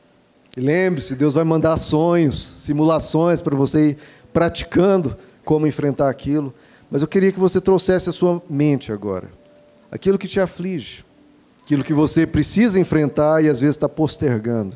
e lembre-se, Deus vai mandar sonhos, simulações para você ir praticando como enfrentar aquilo, mas eu queria que você trouxesse à sua mente agora, aquilo que te aflige, aquilo que você precisa enfrentar e às vezes está postergando.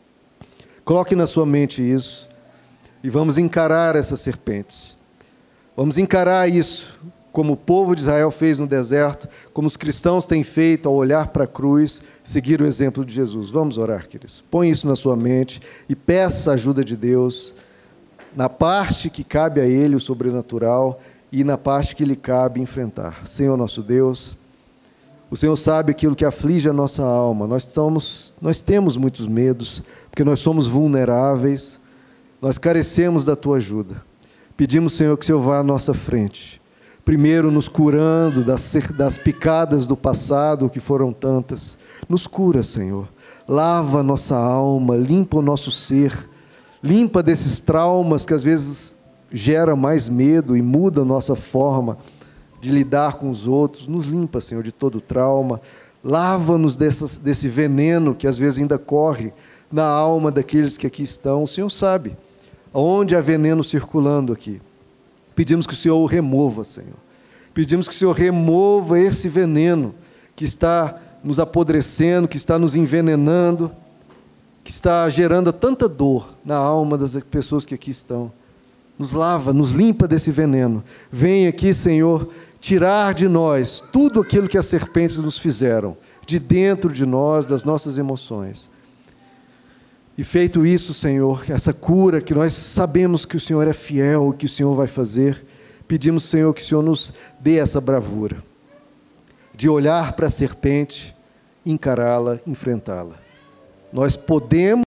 Coloque na sua mente isso, e vamos encarar essas serpentes. Vamos encarar isso, como o povo de Israel fez no deserto, como os cristãos têm feito ao olhar para a cruz, seguir o exemplo de Jesus. Vamos orar, queridos. Põe isso na sua mente e peça a ajuda de Deus, na parte que cabe a Ele, o sobrenatural, e na parte que lhe cabe enfrentar. Senhor nosso Deus, o Senhor sabe aquilo que aflige a nossa alma. Nós temos muitos medos, porque nós somos vulneráveis, nós carecemos da Tua ajuda. Pedimos, Senhor, que o Senhor vá à nossa frente. Primeiro nos curando das picadas do passado, que foram tantas. Nos cura, Senhor. Lava a nossa alma, limpa o nosso ser. Limpa desses traumas que às vezes geram mais medo e muda a nossa forma de lidar com os outros. Nos limpa, Senhor, de todo trauma. Lava-nos desse veneno que às vezes ainda corre na alma daqueles que aqui estão. O Senhor sabe onde há veneno circulando aqui. Pedimos que o Senhor o remova, Senhor. Pedimos que o Senhor remova esse veneno que está nos apodrecendo, que está nos envenenando, que está gerando tanta dor na alma das pessoas que aqui estão. Nos lava, nos limpa desse veneno. Vem aqui, Senhor, tirar de nós tudo aquilo que as serpentes nos fizeram, de dentro de nós, das nossas emoções. E feito isso, Senhor, essa cura que nós sabemos que o Senhor é fiel, que o Senhor vai fazer, pedimos, Senhor, que o Senhor nos dê essa bravura, de olhar para a serpente, encará-la, enfrentá-la. Nós podemos